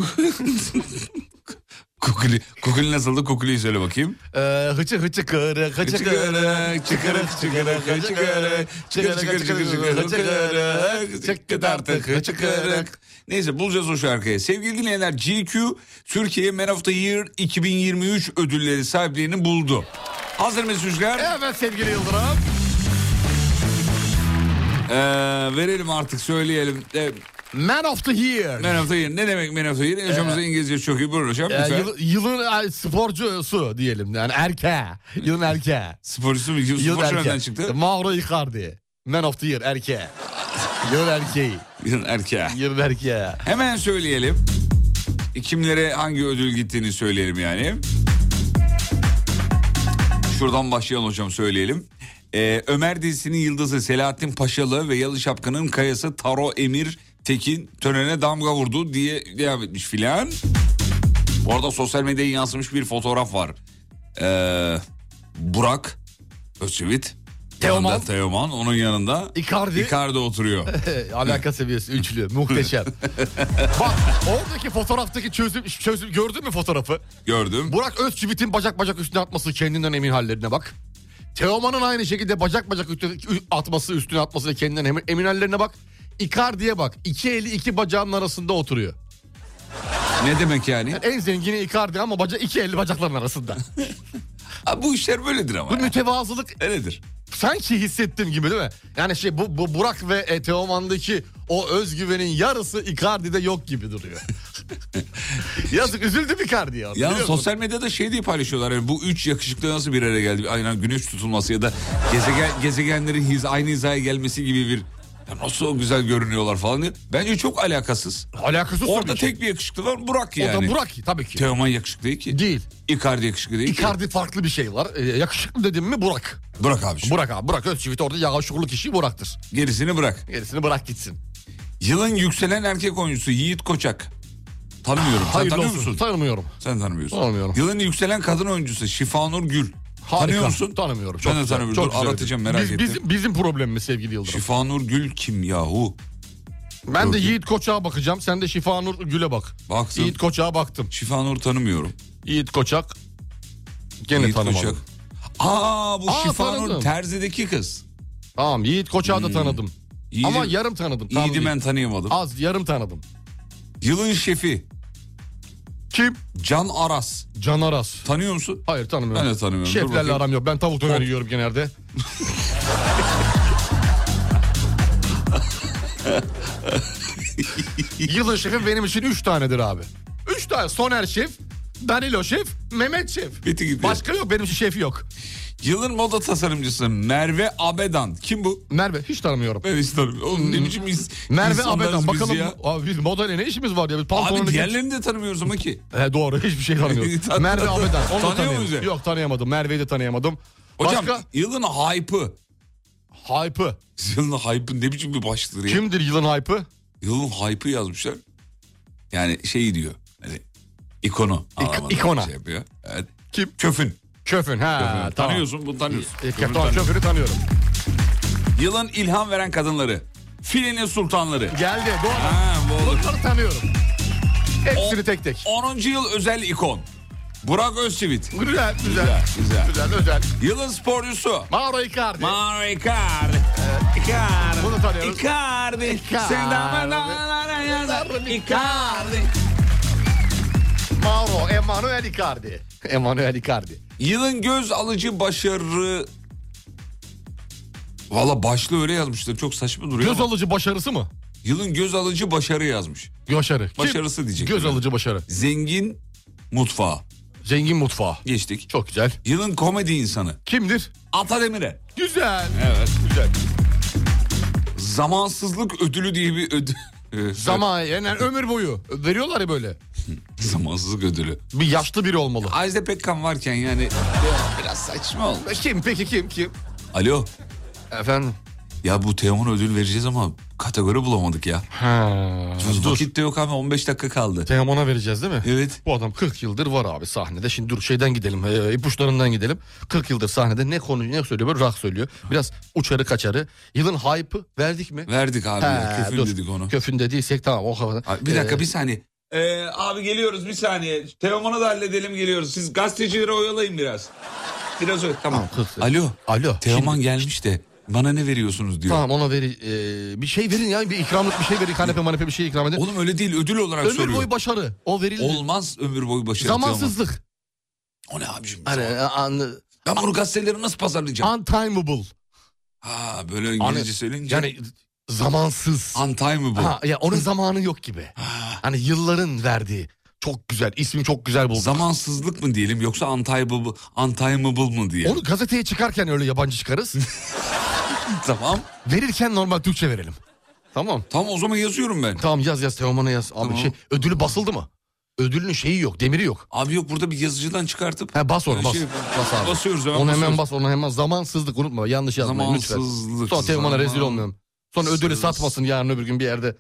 Kukuli. Kukuli nasıldı? Kukuli'yi söyle bakayım. Ee, hıçı hıçı kırık, hıçı kırık, çıkırık çıkırık, hıçı kırık, çıkırık çıkırık çıkırık, hıçı kırık, çıkıt artık, hıçı kırık. Neyse, bulacağız o şarkıyı. Sevgili dinleyenler, G Q Türkiye Man of the Year iki bin yirmi üç ödülleri sahiplerini buldu. Hazır mıyız çocuklar? Evet sevgili Yıldırım. Ee, verelim artık, söyleyelim. Ee, Man of the Year. Man of the Year. Ne demek Man of the Year? Hocamızın ee, İngilizce çok iyi. Buyurun hocam. Ee, yıl, yılın e, sporcusu diyelim. Yani erkeği. Yılın erkeği. Sporcusu mu? Yılın Sporcu nereden çıktı? Mauro Icardi. Man of the Year erkeği. Yılın erkeği. Yılın erkeği. Yılın erkeği. Hemen söyleyelim. Kimlere hangi ödül gittiğini söyleyelim yani. Şuradan başlayalım hocam, söyleyelim. Ee, Ömer dizisinin yıldızı Selahattin Paşalı ve Yalı Şapkı'nın kayası Taro Emir Tekin törene damga vurdu diye devam etmiş filan. Bu arada sosyal medyaya yansımış bir fotoğraf var. Ee, Burak Özçivit, Teoman. yanında Teoman, onun yanında Icardi. Icardi oturuyor. Alaka seviyesi üçlü, muhteşem. Bak oradaki fotoğraftaki çözüm, çözüm gördün mü fotoğrafı? Gördüm. Burak Özçivit'in bacak bacak üstüne atması, kendinden emin hallerine bak. Teoman'ın aynı şekilde bacak bacak üstüne atması, üstüne atması ve kendinden emin, emin hallerine bak. Icardi'ye bak, iki eli iki bacağının arasında oturuyor. Ne demek yani? Yani en zengini Icardi ama baca, iki elli bacakların arasında. Abi bu işler böyledir ama. Bu ya. mütevazılık Öyledir. sanki hissettim gibi değil mi? Yani şey bu, bu Burak ve e, Teoman'daki o özgüvenin yarısı Icardi'de yok gibi duruyor. Yazık, üzüldüm Icardi'ye. Ya sosyal medyada şey diye paylaşıyorlar. Yani bu üç yakışıklı nasıl bir araya geldi? Aynen güneş tutulması ya da gezegen, gezegenlerin hiz, aynı hizaya gelmesi gibi bir... Ya nasıl o güzel görünüyorlar falan diye. Bence çok alakasız. Alakasız Orada tabii ki. tek bir yakışıklı var, Burak O yani. da Burak tabii ki. Teoman yakışıklı değil ki. Değil. Icardi yakışıklı değil ki. Icardi farklı bir şey var. Ee, yakışıklı dedim mi Burak. Burak abi. Burak abi. Burak Özçivit orada yakışıklı kişi Burak'tır. Gerisini bırak. Gerisini bırak gitsin. Yılın yükselen erkek oyuncusu Yiğit Koçak. Tanımıyorum. Sen Hayırlı tanıyor olsun. musun? Tanımıyorum. Sen tanımıyorsun. Tanımıyorum. Yılın yükselen kadın oyuncusu Şifanur Gül. Harika. Tanıyor musun? Tanımıyorum. Çok Ben de güzel. tanımıyorum. Çok Dur, güzel. aratacağım, merak Biz, ettim. Bizim, bizim problemimiz sevgili Yıldırım. Şifanur Gül kim yahu? Ben Yok, de yok. Yiğit Koçak'a bakacağım. Sen de Şifanur Gül'e bak. Baktım. Yiğit Koçak'a baktım. Şifanur tanımıyorum. Yiğit Koçak. Gene Yiğit tanımadım. Koçak. Aa bu Aa, Şifanur tanıdım. Terzi'deki kız. Tamam, Yiğit Koçak'ı da tanıdım. Yiğit'i- Ama yarım tanıdım. tam Yiğit'i değil. ben tanıyamadım. Az yarım tanıdım. Yılın şefi Kim? Can Aras. Can Aras. Tanıyor musun? Hayır, tanımıyorum. Ben de tanımıyorum. Dur Şeflerle bakayım. aram yok. Ben tavuk döner Hop. yiyorum genelde. Yılın şefi benim için üç tanedir abi. Üç tane. Soner Şef, Danilo Şef, Mehmet Şef. Bitti gitti. Başka yok, benim için şef yok. Yılın moda tasarımcısı Merve Abedan. Kim bu? Merve hiç tanımıyorum. Ben hiç tanımıyorum. Oğlum ne biçim iz, Merve insanlarız Abedan biz bakalım. ya. Abi biz modayla ne işimiz var ya? Biz pantolonu Abi geç- diğerlerini de tanımıyoruz ama ki. He, doğru, hiçbir şey tanımıyorum. Tan- Merve Abedan. Onu Tanıyor tanıyorum. muyuz ya? Yok, tanıyamadım. Merve'yi de tanıyamadım. Hocam Başka? yılın hype'ı. Hype'ı. Yılın hype'ı ne biçim bir başlıktır ya? Kimdir yılın hype'ı? Yılın hype'ı yazmışlar. Yani şey diyor. Hani ikonu. anlamadım, ikona. Şey yapıyor. Evet. Kim? Köfün. Köfün. Ha, Köfün. tamam. Tanıyorsun, bunu tanıyorsun. E, Köfünü tamam, tanıyorsun. Köfünü tanıyorum. Yılın ilham veren kadınları. Filenin sultanları. Geldi. Doğru. Ha, bu olur. Bunları tanıyorum. Hepsini O- tek tek. onuncu yıl özel ikon. Burak Özçivit. Güzel, güzel. Güzel, güzel. Güzel, özel. Yılın sporcusu. Mauro Icardi. Mauro Icardi. Icardi. Bunu tanıyoruz. Icardi. Icardi. Icardi. Icardi. Mauro Emanuel Icardi. Emanuel Icardi. Yılın göz alıcı başarı... Valla başlığı öyle yazmışlar. Çok saçma duruyor Göz ama. alıcı başarısı mı? Yılın göz alıcı başarı yazmış. Başarı. Kim? Başarısı diyecektim Göz ben. alıcı başarı. Zengin mutfağı. Zengin mutfağı. Geçtik. Çok güzel. Yılın komedi insanı. Kimdir? Ata Demir'e. Güzel. Evet. Güzel. Zamansızlık ödülü diye bir ödül. Zaman yani ömür boyu veriyorlar ya böyle. Zamansızlık ödülü. Bir yaşlı biri olmalı. Ajda Pekkan varken yani biraz saçma oldu. Kim peki kim kim? Alo. Efendim? Ya bu Teoman ödül vereceğiz ama kategori bulamadık ya. Ha. Dur. Vakit de yok abi, on beş dakika kaldı. Teoman'a vereceğiz değil mi? Evet. Bu adam kırk yıldır var abi sahnede. Şimdi dur şeyden gidelim. E, ipuçlarından gidelim. kırk yıldır sahnede ne konuyu ne söylüyor? Böyle rock söylüyor. Biraz uçarı kaçarı. Yılın hype'ı verdik mi? Verdik abi. ya, He, Köfün dur. dedik onu. Köfün dediysek tamam o kadar. Abi, bir dakika Ee, bir saniye. Ee, abi geliyoruz bir saniye. Teoman'ı da halledelim, geliyoruz. Siz gazetecileri oyalayın biraz. Biraz öyle tamam. Tamam, kırk. Alo. Alo. Teoman Şimdi- gelmiş de bana ne veriyorsunuz diyor. Tamam ona ver, e, bir şey verin ya bir ikramlık bir şey verin kanepe manepe bir şey ikram edin. Oğlum öyle değil, ödül olarak Ömür soruyor. boyu başarı o verilir. Olmaz ömür boyu başarı. Teoman. Zamansızlık. O ne abicim? Hani an, Ben bunu gazeteleri nasıl pazarlayacağım? untimable. Ha böyle İngilizce söyleyince. Yani zamansız. Untimable. Ha, ya onun zamanı yok gibi. Hani yılların verdiği. Çok güzel. İsmi çok güzel bulduk. Zamansızlık mı diyelim yoksa untimable, untimable mı diyelim? Onu gazeteye çıkarken öyle yabancı çıkarız. Tamam. Verirken normal Türkçe verelim. Tamam. Tamam o zaman yazıyorum ben. Tamam yaz yaz Teoman'a yaz. Abi Tamam. şey ödülü basıldı mı? ödülünün şeyi yok, demiri yok. Abi yok, burada bir yazıcıdan çıkartıp. He bas onu bas. Şey, bas abi. Basıyoruz hemen. Onu hemen basıyoruz. bas, onu hemen zamansızlık unutma. Yanlış yazmayın lütfen. Zamansızlık. Sonra Teoman'a zaman- rezil olmayalım. Sonra ödülü satmasın yarın öbür gün bir yerde.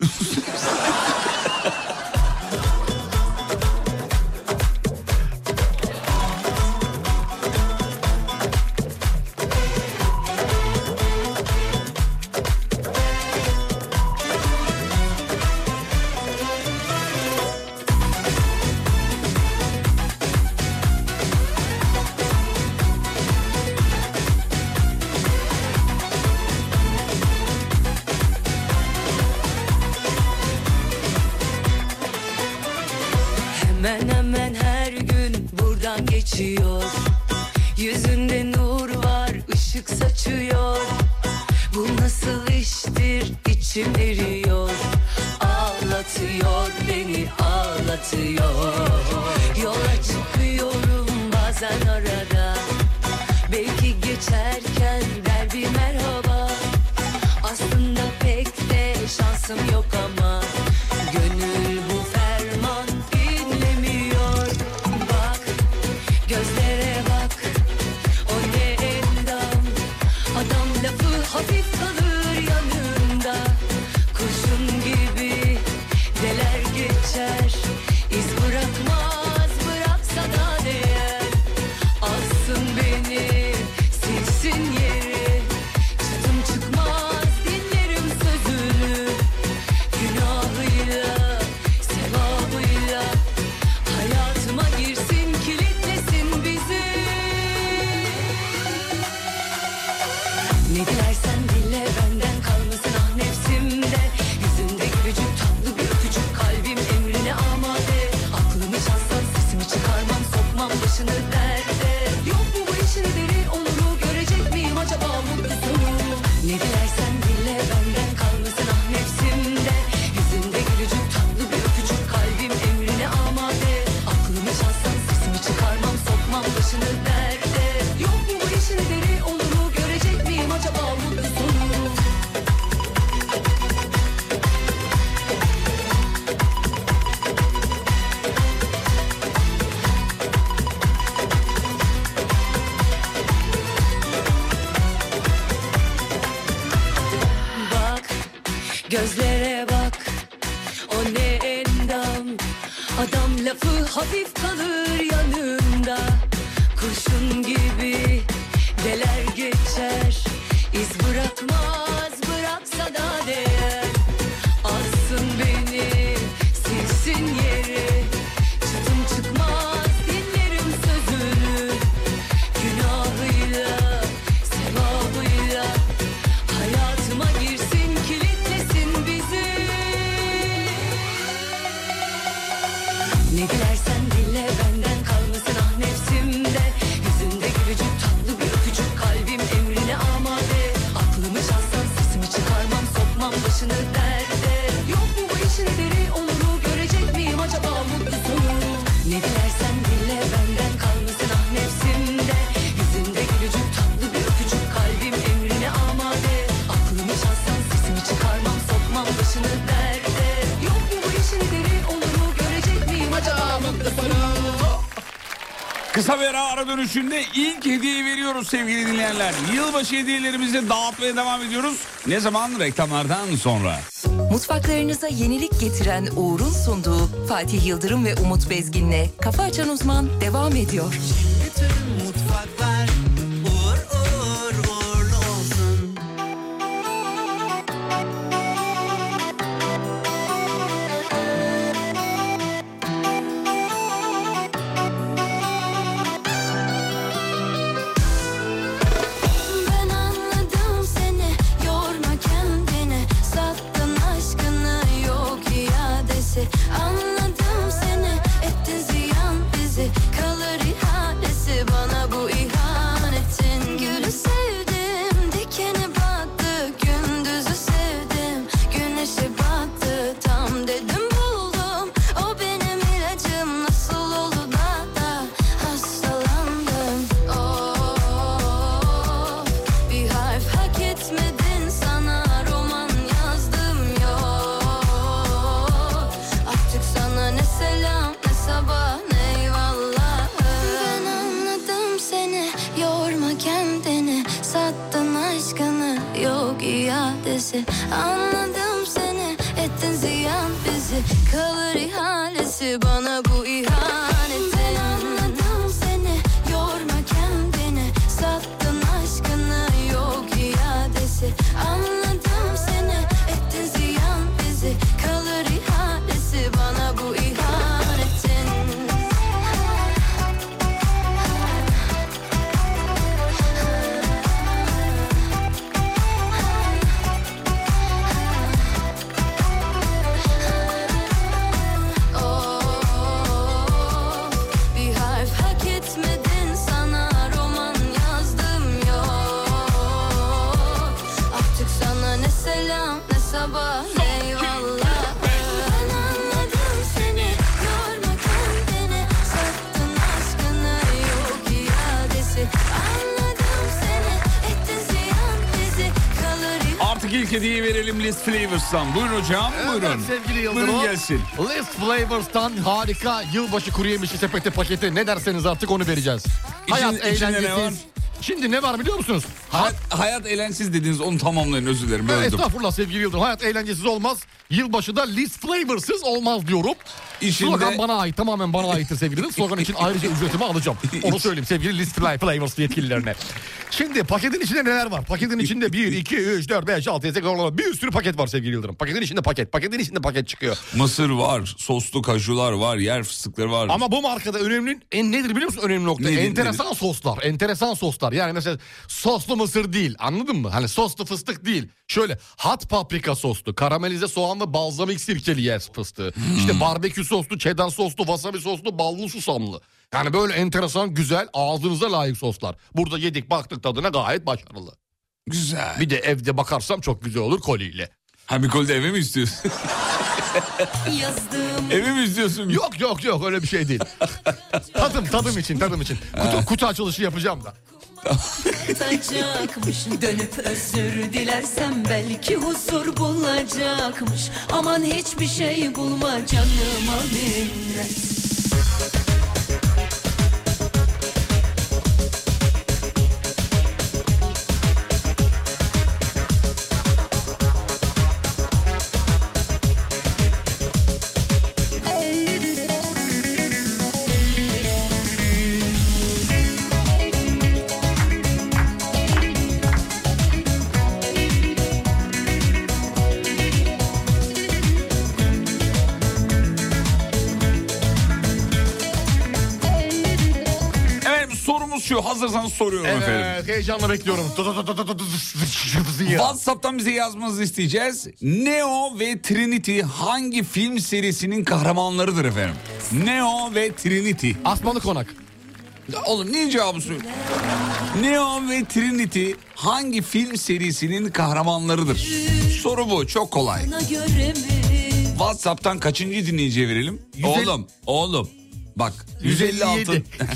Hemen hemen her gün buradan geçiyor. Yüzünde nur var, ışık saçıyor. Bu nasıl iştir, içim eriyor. Ağlatıyor beni, ağlatıyor. Yola çıkıyorum bazen arada. Belki geçerken der bir merhaba. Aslında pek de şansım yok ama gönül bu ferman dinlemiyor. Bak, gözlere bak, o ne endam. Adam lafı hafif kalır yanında. Kurşun gibi deler geçer, iz bırakmaz, bıraksa da değer. Alsın beni, silsin yeri. Çıtım çıkmaz, dinlerim sözünü. Günahıyla, sevabıyla hayatıma girsin, kilitlesin bizi. Ne dilersen dile, benden kalmasın ah nefsimde. Yüzünde gülücük, tatlı bir öpücük, kalbim emrine amade. Aklımı çalsan sesimi çıkarmam, sokmam başını derde. Yok mu bu işin deri, onuru görecek miyim acaba mutlu sonu? Ne dilersen dile, benden kalmasın ah nefsimde. Yüzünde gülücük, tatlı bir öpücük, kalbim emrine amade. Aklımı çalsan sesimi çıkarmam, sokmam başını derde. Yok mu bu işin deri, onuru görecek miyim acaba mutlu sonu? Bak, gözlere bak, o ne endam. Adam lafı hafif kalır yanında. Kurşun gibi deler geçer, iz bırakmaz, bıraksa da değer. Alsın beni, silsin yeri. Çıtım çıkmaz, dinlerim sözünü. Günahıyla, sevabıyla hayatıma girsin, kilitlesin bizi. Ne dilersen dile, benden kalmasın ah nefsimde. Yüzünde gülücük, tatlı bir öpücük, kalbim emrine amade. Aklımı çalsan sesimi çıkarmam, sokmam başını derde. Yok mu bu işin deri, onuru görecek miyim acaba mutlu sonu? Ne dilersen dile, benden kalmasın ah nefsimde. Yüzünde gülücük, tatlı bir öpücük, kalbim emrine amade. Aklımı çalsan sesimi çıkarmam, sokmam başını derde. Yok mu bu işin deri, onuru görecek miyim acaba mutlu sonu? Kısa bir ara, ara dönüşünde ilk hediyeyi veriyoruz sevgili dinleyenler. Yılbaşı hediyelerimizi dağıtmaya devam ediyoruz. Ne zaman? Reklamlardan sonra. Mutfaklarınıza yenilik getiren Uğur'un sunduğu Fatih Yıldırım ve Umut Bezgin'le Kafa Açan Uzman devam ediyor. Bütün mutfaklar uğur uğur uğurlu olsun. Ben anladım seni, yorma kendini. Sattın aşkını, yok iadesi. Anladım seni, ettin ziyan bizi. Kalır ihalesi bana. iadesi. Anladım seni, ettin ziyan bizi. Kalır ihalesi bana bu ihanetin. Ben anladım seni, yorma kendini. Sattın aşkını, yok iadesi. Anladım seni, ettin ziyan bizi. Kalır ihalesi bana bu ihanetin. Bir harf hak etmedin, sana roman yazdım yok. Artık sana ne selam ne sabah ne eyvallah. Ben anladım seni, yorma kendini. Sattın aşkını, yok iadesi. Anladım seni, ettin ziyan bizi. Kalır Artık ilk hediyeyi verelim List Flavors'tan. Buyurun hocam, buyurun. Evet, sevgili Yıldırım. Buyurun gelsin. List Flavors'tan harika yılbaşı kuru yemişi sepeti paketi, ne derseniz artık onu vereceğiz. Hayat İçin- içinde ne var? eğlencesiz. Şimdi ne var biliyor musunuz? Hayat, hayat eğlensiz dediniz, onu tamamlayın, özür dilerim. Evet, Böldüm. estağfurullah sevgili Yıldırım. Hayat eğlencesiz olmaz. Yılbaşı da List Flavors'sız olmaz diyorum. İçinde- Slogan bana ait, tamamen bana aittir sevgili Yıldırım. Slogan için ayrıca ücretimi alacağım. Onu söyleyeyim sevgili List Flavors yetkililerine. Şimdi paketin içinde neler var? Paketin içinde bir, iki, üç, dört, beş, altı, yedi, sekiz, on, bir sürü paket var sevgili Yıldırım. Paketin içinde paket, paketin içinde paket çıkıyor. Mısır var, soslu kajular var, yer fıstıkları var. Ama bu markada önemli en nedir biliyor musun önemli nokta? Nedir, enteresan nedir? soslar, enteresan soslar. Yani mesela soslu mısır değil, anladın mı? Hani soslu fıstık değil. Şöyle hot paprika soslu, karamelize soğan ve balzamik sirkeli yer fıstığı. Hmm. İşte barbekü soslu, cheddar soslu, wasabi soslu, ballı susamlı. Yani böyle enteresan, güzel, ağzınıza layık soslar. Burada yedik, baktık, tadına gayet başarılı. Güzel. Bir de evde bakarsam çok güzel olur koliyle. Ha, bir kolde eve mi istiyorsun? Yazdım Evi mi istiyorsun? Yok yok yok, öyle bir şey değil. tadım tadım için tadım için. Kutu, kutu açılışı yapacağım da. tutacakmış. Dönüp özür dilersem belki huzur bulacakmış. Aman hiçbir şey bulma canıma minnet. Sorumuz şu, hazırsanız soruyorum efendim. Evet, heyecanla bekliyorum. WhatsApp'tan bize yazmanızı isteyeceğiz. Neo ve Trinity hangi film serisinin kahramanlarıdır efendim? Neo ve Trinity. Asmalı Konak. Ya oğlum niye cevabı söyle? Neo ve Trinity hangi film serisinin kahramanlarıdır? Soru bu, çok kolay. WhatsApp'tan kaçıncı dinleyiciye verelim? yüz elli Oğlum, oğlum. Bak yüz elli altı.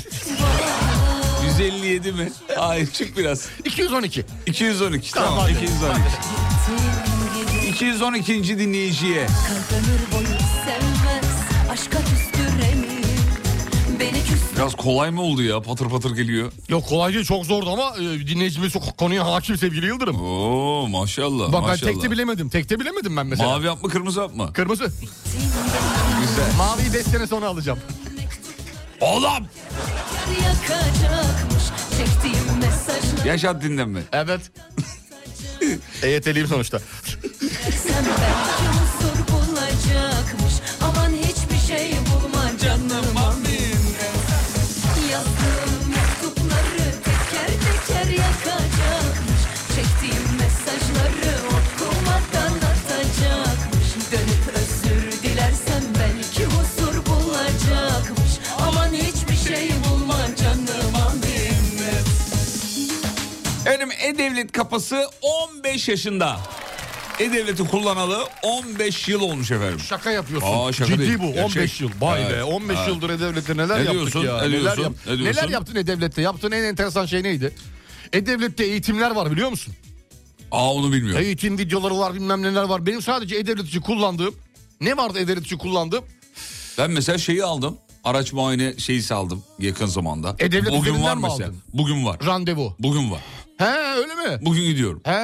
yüz elli yedi mi? Hayır, çık biraz. iki yüz on iki. iki yüz on iki. Tamam, Tamam, iki yüz on iki. iki yüz on ikinci dinleyiciye. Kalp ömür boyu sevmez, aşka küstüremir. Beni küstür. Biraz kolay mı oldu ya? Patır patır geliyor. Yok, kolay değil, çok zordu ama e, dinleyicimiz çok konuya hakim sevgili Yıldırım. Oo maşallah. Bak maşallah. ben tekte bilemedim. Tekte bilemedim ben mesela. Mavi yapma, kırmızı yapma. Kırmızı. Güzel. Maviyi beş sene sonra alacağım. Oğlum. Yakacakmış çektiğim mesajlar. Yaşat dinlenme. Evet. E Y T'liyim sonuçta. Sen belki huzur bulacakmış. Aman hiçbir şey bulma canıma minnet. Yazdığım mektupları teker teker yakacakmış. Çektiğim mesajları okumadan atacakmış. Dönüp özür dilersem belki huzur bulacakmış. Aman hiçbir şey bulma canıma minnet. Efendim E-Devlet kapısı on beş yaşında. E-Devlet'i kullanalı on beş yıl olmuş efendim. Şaka yapıyorsun. Aa, şaka Ciddi değil, bu. gerçek. on beş yıl. Vay Evet, be. on beş evet. yıldır E-Devlet'te neler Ne yaptık diyorsun, ya. ne neler, diyorsun, yap- ne diyorsun? neler yaptın E-Devlet'te? Yaptığın en enteresan şey neydi? E-Devlet'te eğitimler var biliyor musun? Aa, onu bilmiyorum. Eğitim videoları var, bilmem neler var. Benim sadece E-Devlet için kullandığım, ne vardı E-Devlet için kullandığım? Ben mesela şeyi aldım. Araç muayene şeysi aldım yakın zamanda. E-Devlet Bugün üzerinden var mi mesela. aldın? Bugün var. Randevu. Bugün var. He, öyle mi? Bugün gidiyorum. He,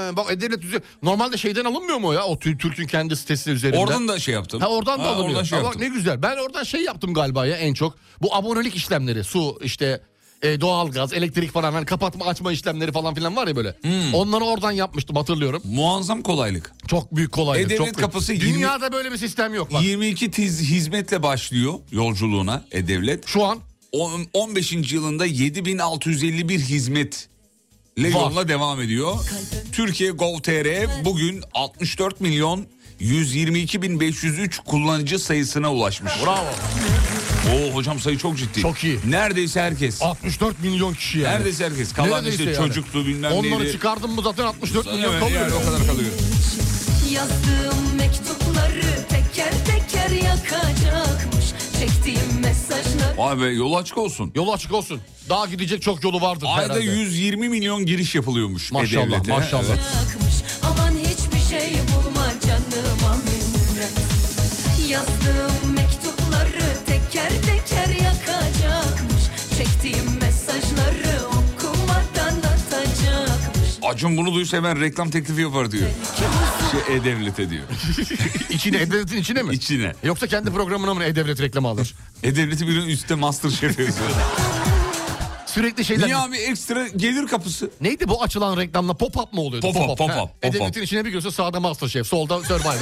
bak E-Devlet üzeri- normalde şeyden alınmıyor mu ya o Tü- Türk'ün kendi sitesi üzerinden? Oradan da şey yaptım. Ha oradan da Ha, alınıyor. oradan şey Ha, bak yaptım. ne güzel. Ben oradan şey yaptım galiba ya en çok. Bu abonelik işlemleri, su işte e, doğalgaz, elektrik falan hani kapatma açma işlemleri falan filan var ya böyle. Hmm. Onları oradan yapmıştım hatırlıyorum. Muazzam kolaylık. Çok büyük kolaylık. E-Devlet çok büyük. kapısı yirmi Dünyada böyle bir sistem yok bak. yirmi iki tiz hizmetle başlıyor yolculuğuna E-Devlet. Şu an On- on beşinci yılında yedi bin altı yüz elli bir hizmetle Var. yoluna devam ediyor. Türkiye Gov.tr bugün altmış dört milyon yüz yirmi iki bin beş yüz üç kullanıcı sayısına ulaşmış. bravo. Oo hocam sayı çok ciddi. Çok iyi. Neredeyse herkes. altmış dört milyon kişi yani. Neredeyse herkes. Kalan Neredeyse işte yani. çocuklu bilmem neydi. Onları çıkardım mı zaten altmış dört milyon Evet, kalıyor. yani o kadar kalıyor. Yazdığım mektupları teker teker yakacakmış. Çektiğim mesajlar Vay be yolu açık olsun. Yolu açık olsun. Daha gidecek çok yolu vardır Ayda herhalde. yüz yirmi milyon giriş yapılıyormuş Maşallah, E-Devlet'e. maşallah. Evet. yakmış. Aman hiçbir şey bulma canıma minnet. Yazdığım mektupları teker teker yakacakmış. Çektiğim mesajları okumadan atacakmış. Acun bunu duysa hemen reklam teklifi yapar diyor. Şey, E-Devlet'e diyor. İçine, E-Devlet'in içine mi? İçine. Yoksa kendi programına mı E-Devlet reklamı alır? E-Devlet'i birinin üstte Masterchef yazıyor. Sürekli şeyler... Niye abi ekstra gelir kapısı? Neydi bu açılan reklamla pop-up mı oluyordu? Pop-up, pop-up, Ha, pop-up. E-Devlet'in içine bir görse sağda Masterchef, solda Survivor.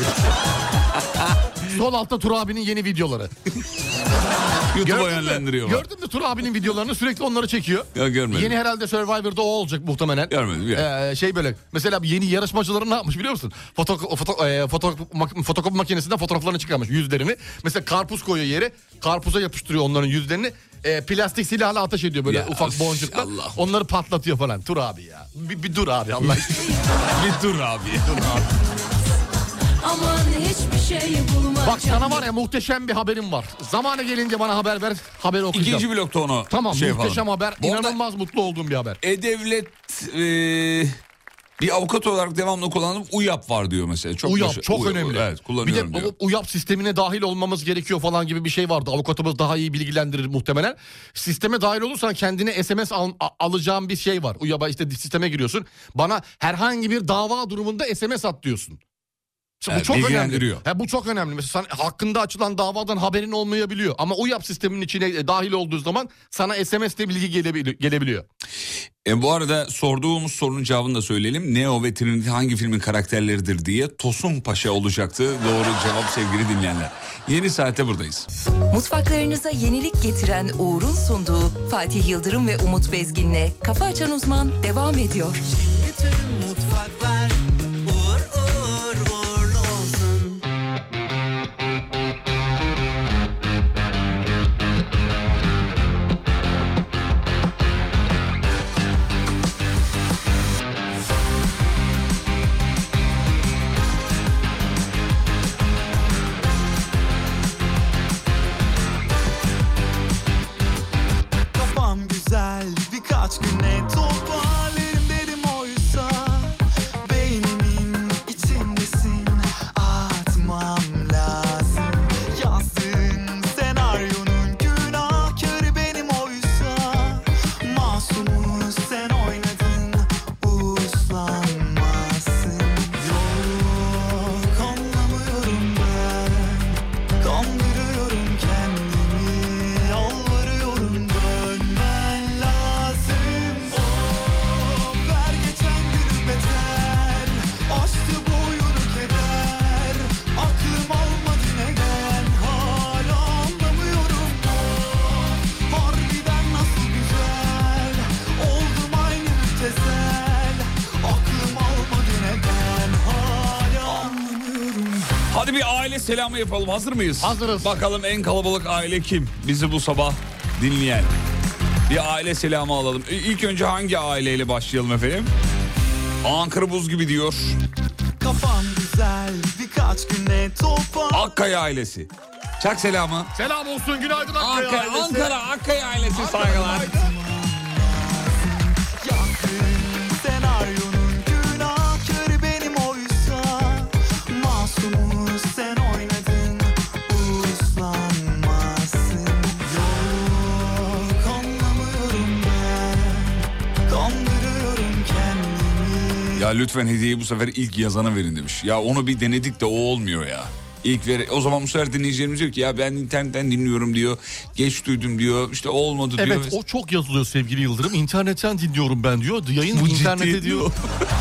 Sol altta Tur abinin yeni videoları. YouTube'a Gördün mü? yönlendiriyor. Gördün mü Tur abinin videolarını sürekli onları çekiyor. Ya görmedim. Yeni herhalde Survivor'da o olacak muhtemelen. Görmedim ya. Ee, şey böyle mesela yeni yarışmacıların ne yapmış biliyor musun? Foto, foto, e, foto, mak- fotokopi makinesinden fotoğraflarını çıkarmış yüzlerini. Mesela karpuz koyuyor yere, karpuza yapıştırıyor onların yüzlerini. E, plastik silahla ateş ediyor böyle Ya, ufak üf, boncukla. Allah. Onları patlatıyor falan. Tur abi ya. Bir, bir dur abi Allah aşkına. Bir dur abi. Dur abi. Aman hiçbir şey bulma Bak sana canıma. var ya muhteşem bir haberim var. Zamanı gelince bana haber ver, haberi okuyacağım. İkinci blokta onu Tamam şey muhteşem yapalım. haber. Bu arada İnanılmaz mutlu olduğum bir haber. E-Devlet e, bir avukat olarak devamlı kullandığım UYAP var diyor mesela. Çok UYAP başa- çok UYAP, önemli. Evet kullanıyorum bir de diyor. o UYAP sistemine dahil olmamız gerekiyor falan gibi bir şey vardı. Avukatımız daha iyi bilgilendirir muhtemelen. Sisteme dahil olursan kendine S M S al, a- alacağın bir şey var. UYAP'a işte sisteme giriyorsun. Bana herhangi bir dava durumunda S M S at diyorsun. İşte bu Evet, çok önemli. bilgilendiriyor. He, bu çok önemli. Mesela sen hakkında açılan davadan haberin olmayabiliyor. Ama UYAP sisteminin içine e, dahil olduğu zaman sana S M S'te bilgi gelebili- gelebiliyor. E, bu arada sorduğumuz sorunun cevabını da söyleyelim. Neo ve Trinity hangi filmin karakterleridir diye Tosun Paşa olacaktı. Doğru cevap sevgili dinleyenler. Yeni saatte buradayız. Mutfaklarınıza yenilik getiren Uğur'un sunduğu Fatih Yıldırım ve Umut Bezgin'le Kafa Açan Uzman devam ediyor. Bütün mutfaklar uğur uğur uğurlu olsun. Kafam güzel birkaç güne toparlarım dedim oysa beynimin içindesin atmam lazım yazdığın senaryonun günahkarı benim oysa masumuz sen oynadın uslanmazsın yok anlamıyorum ben kandırıyorum kendimi yalvarıyorum dönmen lazım oh ver geçen günü beter açtı boyunu keder aklım almadı neden hala anlamıyorum oh harbiden nasıl güzel oldum aynı müptezel aklım almadı neden hala anlamıyorum. Hadi bir aile selamı yapalım. Hazır mıyız? Hazırız. Bakalım en kalabalık aile kim? Bizi bu sabah dinleyen. Bir aile selamı alalım. İ- İlk önce hangi aileyle başlayalım efendim? Ankara buz gibi diyor. Kafam güzel birkaç güne topar. Akkaya ailesi. Çak selamı. Selam olsun günaydın Akkaya Ankara, ailesi. Ankara, Akkaya ailesi saygılar. Yazdığın senaryonun günahkarı benim oysa masumuz sen oynadın uslanmazsın yok anlamıyorum ben kandırıyorum kendimi Ya Ya lütfen hediyeyi bu sefer ilk yazana verin demiş. Ya onu bir denedik de o olmuyor ya. İlk ver, o zaman bu sefer dinleyicilerimiz diyor ki ya ben internetten dinliyorum diyor. Geç duydum diyor. İşte olmadı diyor. Evet, o çok yazılıyor sevgili Yıldırım. İnternetten dinliyorum ben diyor. Yayın Bu internete ciddi diyor.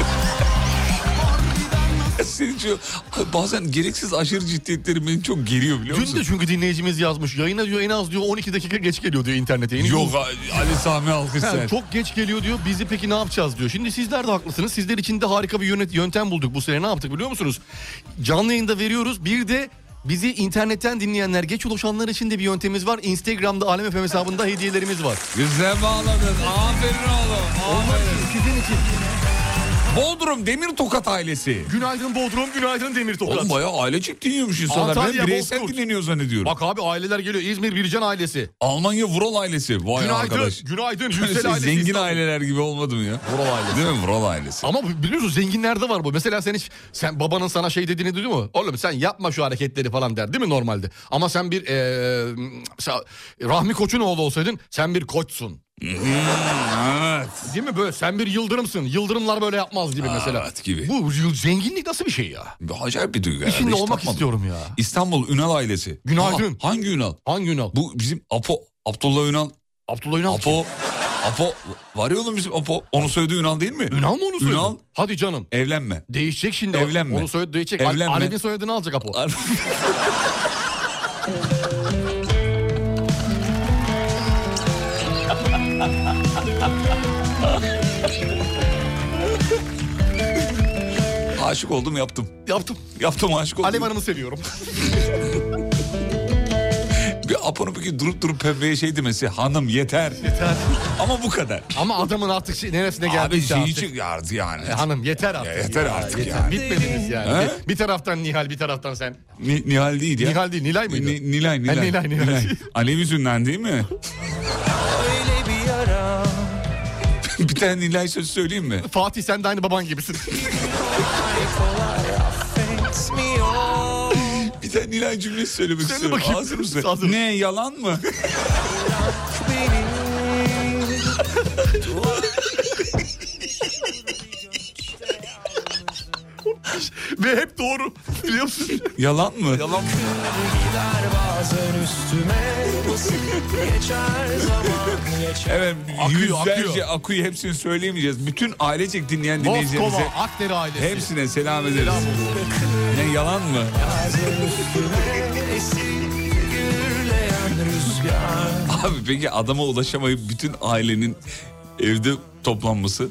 Senin şu, bazen gereksiz aşırı ciddiyetleri beni çok geriyor biliyor musun? Dün de çünkü dinleyicimiz yazmış. Yayına diyor en az diyor on iki dakika geç geliyor diyor internete. Yani Yok bu- Ali Sami alkış Yani sen. çok geç geliyor diyor. Bizi peki ne yapacağız diyor. Şimdi sizler de haklısınız. Sizler için de harika bir yönet yöntem bulduk bu sene. Ne yaptık biliyor musunuz? Canlı yayında veriyoruz. Bir de bizi internetten dinleyenler, geç ulaşanlar için de bir yöntemimiz var. Instagram'da Alem F M hesabında hediyelerimiz var. Güzel bağladın. Aferin oğlum. Aferin. Sizin için. Bodrum Demir Tokat ailesi. Günaydın Bodrum, günaydın Demir Tokat. Oğlum bayağı ailecek dinliyormuş insanlar. Antalya, Ben bireysel Bozkurt. dinleniyor zannediyorum. Bak abi aileler geliyor. İzmir Bircan ailesi. Almanya Vural ailesi. Vay Günaydın, arkadaş. günaydın. Böyle Yüksel şey, ailesi. zengin İstanbul. aileler gibi olmadı mı ya? Vural ailesi. Değil mi Vural ailesi? Ama biliyorsun zenginlerde var bu. Mesela sen hiç, sen babanın sana şey dediğini duydun mu? Oğlum sen yapma şu hareketleri falan der değil mi normalde? Ama sen bir ee, mesela Rahmi Koç'un oğlu olsaydın sen bir koçsun. Hmm, evet. Değil mi böyle? Sen bir Yıldırımsın. Yıldırımlar böyle yapmaz gibi mesela. Evet gibi. Bu yıl- zenginlik nasıl bir şey ya? Acayip bir duygu. İçinde herhalde, hiç olmak tatmadım. istiyorum ya. İstanbul Ünal ailesi. Günaydın. Aa, hangi Ünal? Hangi Ünal? Bu bizim Apo. Abdullah Ünal. Abdullah Ünal. Apo. Apo. Var ya oğlum bizim Apo. Onu söyledi Ünal değil mi? Ünal mı onu söyledi? Ünal. Hadi canım. Evlenme. Değişecek şimdi. Evlenme. Onu söyledi değişecek. Evlenme. Alev'in soyadını alacak Apo. Aşık oldum yaptım. Yaptım. Yaptım aşık oldum. Alev Hanım'ı seviyorum. Bir Apo'nun peki durup durup pembeye şey demesi. Hanım yeter. Yeter. Ama bu kadar. Ama adamın artık şey, neresine Abi geldiyse şeyi artık. çıkardı yani. E, hanım yeter artık. Ya yeter artık ya. Bitmediniz yani. He? Bir, bir taraftan Nihal, bir taraftan sen. Ni- Nihal değil ya. Nihal değil, Nilay mıydı? Ni- Nilay, Nilay. Ha, Nilay, Nilay. Alev yüzünden değil mi? Öyle bir yara Bir tane Nilay sözü söyleyeyim mi? Fatih sen de aynı baban gibisin. kolay affetmiyor. Bir tane Nilay cümlesi söylemek Söyle istiyorum. bakayım. Hazır mısın? Hazır. Ne yalan mı? Benim Ve hep doğru. Biliyor musun? Yalan mı? Yalan. gider bazen üstüme basıp geçer zaman geçer. Evet, Akıyor, yüzlerce akıyor. akuyu hepsini söyleyemeyeceğiz. Bütün ailecek dinleyen dinleyicilerimize Moskova, Akdere ailesi. hepsine selam ederiz. Ne yalan mı? Bazen üstüme esir gürleyen rüzgar. Abi peki adama ulaşamayıp bütün ailenin evde toplanması.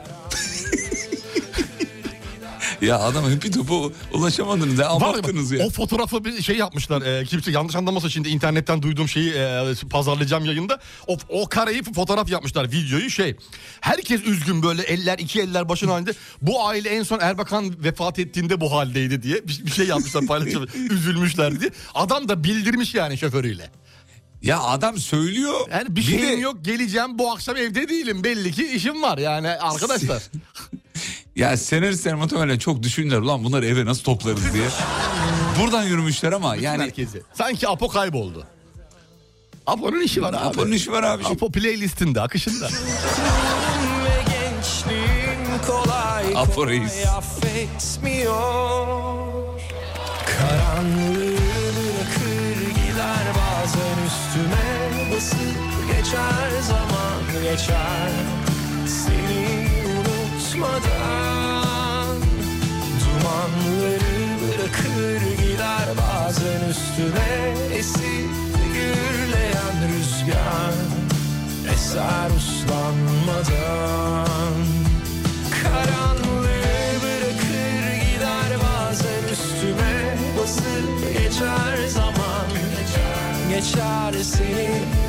Ya adam bir topa ulaşamadınız ya, Var ya, abarttınız ya. o fotoğrafı bir şey yapmışlar. E, kimse yanlış anlamasın, şimdi internetten duyduğum şeyi e, pazarlayacağım yayında. O, o kareyi fotoğraf yapmışlar, videoyu şey. Herkes üzgün böyle, eller iki eller başın halinde. Bu aile en son Erbakan vefat ettiğinde bu haldeydi diye bir, bir şey yapmışlar, paylaşmışlar. Üzülmüşler diye. Adam da bildirmiş yani şoförüyle. Ya adam söylüyor. Yani bir, de- şeyim yok, geleceğim, bu akşam evde değilim. Belli ki işim var yani arkadaşlar. Ya senaristler muhtemelen çok düşündüler. Ulan bunları eve nasıl toplarız diye. Buradan yürümüşler ama Yani yani. merkezi. Sanki Apo kayboldu. Apo'nun işi var abi. Apo'nun işi var abi. Apo playlistinde, akışında. Ve gençliğim kolay Apo reis. kolay affetmiyor. Karanlığı bırakır gider bazen üstüme basıp geçer zaman geçer. Seni unutmadan dumanları bırakır gider bazen üstüme esir gürleyen rüzgar. Eser uslanmadan karanlığı bırakır gider bazen üstüme basıp geçer zaman geçer seni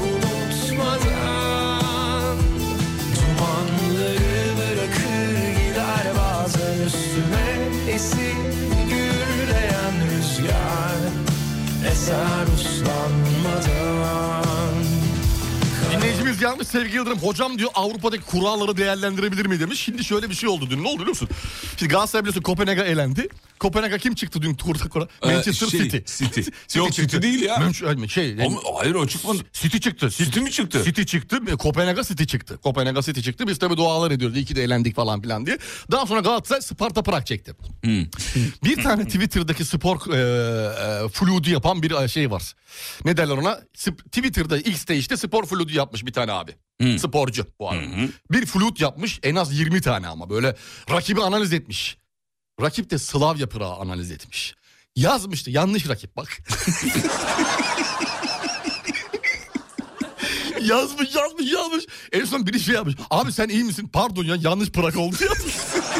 unutmadan dumanları bırakır gider bazen üstüme esir gürleyen rüzgar eser uslanmadan. Dinleyicimiz gelmiş sevgili Yıldırım. Hocam diyor Avrupa'daki kuralları değerlendirebilir mi demiş. Şimdi şöyle bir şey oldu dün. Ne oldu biliyor musun? Şimdi Galatasaray biliyorsun Kopenhag'a elendi. Kopenhag'a kim çıktı dün turda? Kora? Ee, Manchester şey, City. City. Yok, City değil ya. Münch- şey, yani- Ama hayır, o çıkmadı. City çıktı. City mi çıktı? City çıktı. Kopenhag'a City çıktı. Kopenhag'a City çıktı. Biz tabii dualar ediyoruz. İyi ki de elendik falan filan diye. Daha sonra Galatasaray Sparta Prag çekti. Hmm. Bir tane Twitter'daki spor e, e, fludu yapan bir şey var. Ne derler ona? Sp- Twitter'da X'te işte spor fludu yapmış bir tane abi. Hmm. Sporcu bu abi. Hmm. Bir flüt yapmış en az yirmi tane ama böyle rakibi analiz etmiş. Rakip de Slavya Prag'ı analiz etmiş. Yazmıştı yanlış rakip bak. yazmış yazmış yazmış. En son biri şey yapmış. Abi sen iyi misin? Pardon ya yanlış Prag oldu yazmış.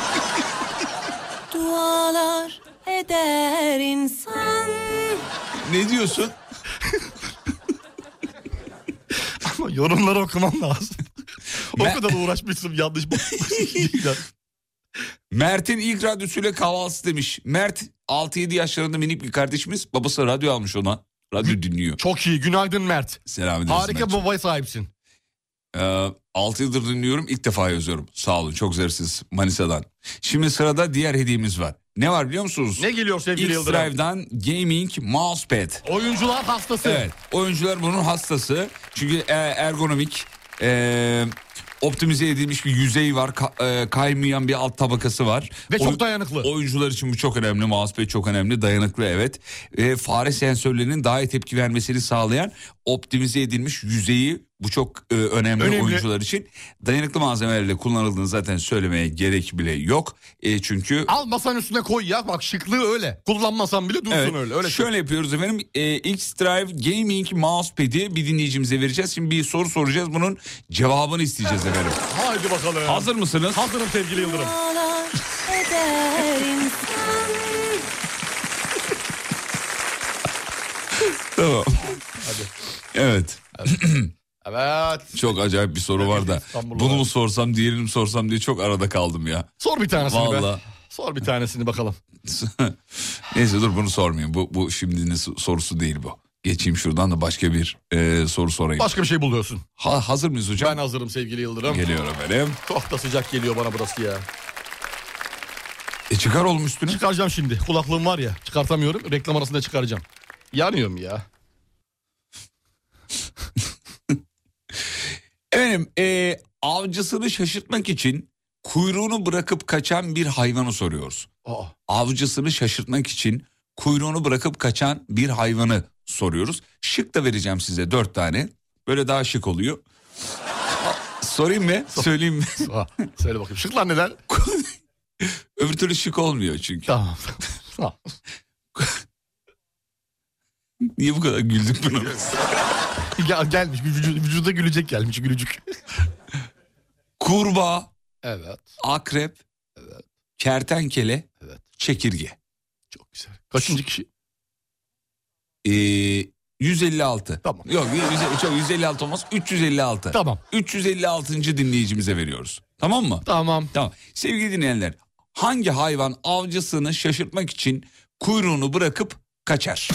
Dualar eder insan. Ne diyorsun? Ama yorumları okumam lazım. o Ben... kadar uğraşmışsın yanlış bakmışsın. Mert'in ilk radyosuyla kahvaltısı demiş. Mert altı yedi yaşlarında minik bir kardeşimiz. Babası radyo almış ona. Radyo dinliyor. Çok iyi. Günaydın Mert. Selam ederiz Harika Mert. babaya sahipsin. Ee, altı yıldır dinliyorum. İlk defa yazıyorum. Sağ olun. Çok zevksiz Manisa'dan. Şimdi sırada diğer hediyemiz var. Ne var biliyor musunuz? Ne geliyor sevgili Yıldırım? X-Drive'dan Gaming Mousepad. Oyuncular hastası. Evet. Oyuncular bunun hastası. Çünkü e, ergonomik, e, optimize edilmiş bir yüzey var. Ka- e, kaymayan bir alt tabakası var. Ve çok Oy- dayanıklı. Oyuncular için bu çok önemli. Mousepad çok önemli. Dayanıklı, evet. E, fare sensörlerinin daha iyi tepki vermesini sağlayan optimize edilmiş yüzeyi, bu çok e, önemli, Önemli. oyuncular için. Dayanıklı malzemelerle kullanıldığını zaten söylemeye gerek bile yok. E, çünkü... Al masanın üstüne koy ya. Bak şıklığı öyle. Kullanmasan bile dursun Evet, öyle. öyle. şöyle yapıyoruz efendim. E, X-Drive Gaming Mousepad'i bir dinleyicimize vereceğiz. Şimdi bir soru soracağız. Bunun cevabını isteyeceğiz efendim. Haydi bakalım. Hazır mısınız? Hazırım sevgili Yıldırım. Dualar eder insan. Tamam. Hadi. Evet. Evet. Çok acayip bir soru var da. İstanbul'da Bunu var. mu sorsam, diğerini mi sorsam diye çok arada kaldım ya. Sor bir tanesini Vallahi. be. Sor bir tanesini bakalım. Neyse dur, bunu sormayayım. Bu, bu şimdinin sorusu değil bu. Geçeyim şuradan da başka bir e, soru sorayım. Başka bir şey buluyorsun. Ha, hazır mıyız hocam? Ben hazırım sevgili Yıldırım. Geliyor efendim. Çok da sıcak geliyor bana burası ya. E çıkar oğlum üstüne. Çıkaracağım şimdi. Kulaklığım var ya. Çıkartamıyorum. Reklam arasında çıkaracağım. Yanıyorum ya. Efendim e, avcısını şaşırtmak için kuyruğunu bırakıp kaçan bir hayvanı soruyoruz. Aa. Avcısını şaşırtmak için kuyruğunu bırakıp kaçan bir hayvanı soruyoruz. Şık da vereceğim size, dört tane. Böyle daha şık oluyor. Sorayım mı? Söyleyeyim mi? Aa, söyle bakayım. Şıklar neler? Öbür türlü şık olmuyor çünkü. Tamam. Tamam. Niye bu kadar güldük buna? Ya, gelmiş. Vücuda, vücuda gülecek gelmiş. Gülücük. Kurbağa, Evet. akrep, kertenkele, Evet. çekirge. Çok güzel. Kaçıncı kişi? Ee, yüz elli altı. Tamam. Yok yüz, çok yüz elli altı olmaz. üç yüz elli altı. Tamam. üç yüz elli altıncı dinleyicimize veriyoruz. Tamam mı? Tamam. Tamam. Sevgili dinleyenler, hangi hayvan avcısını şaşırtmak için kuyruğunu bırakıp kaçar?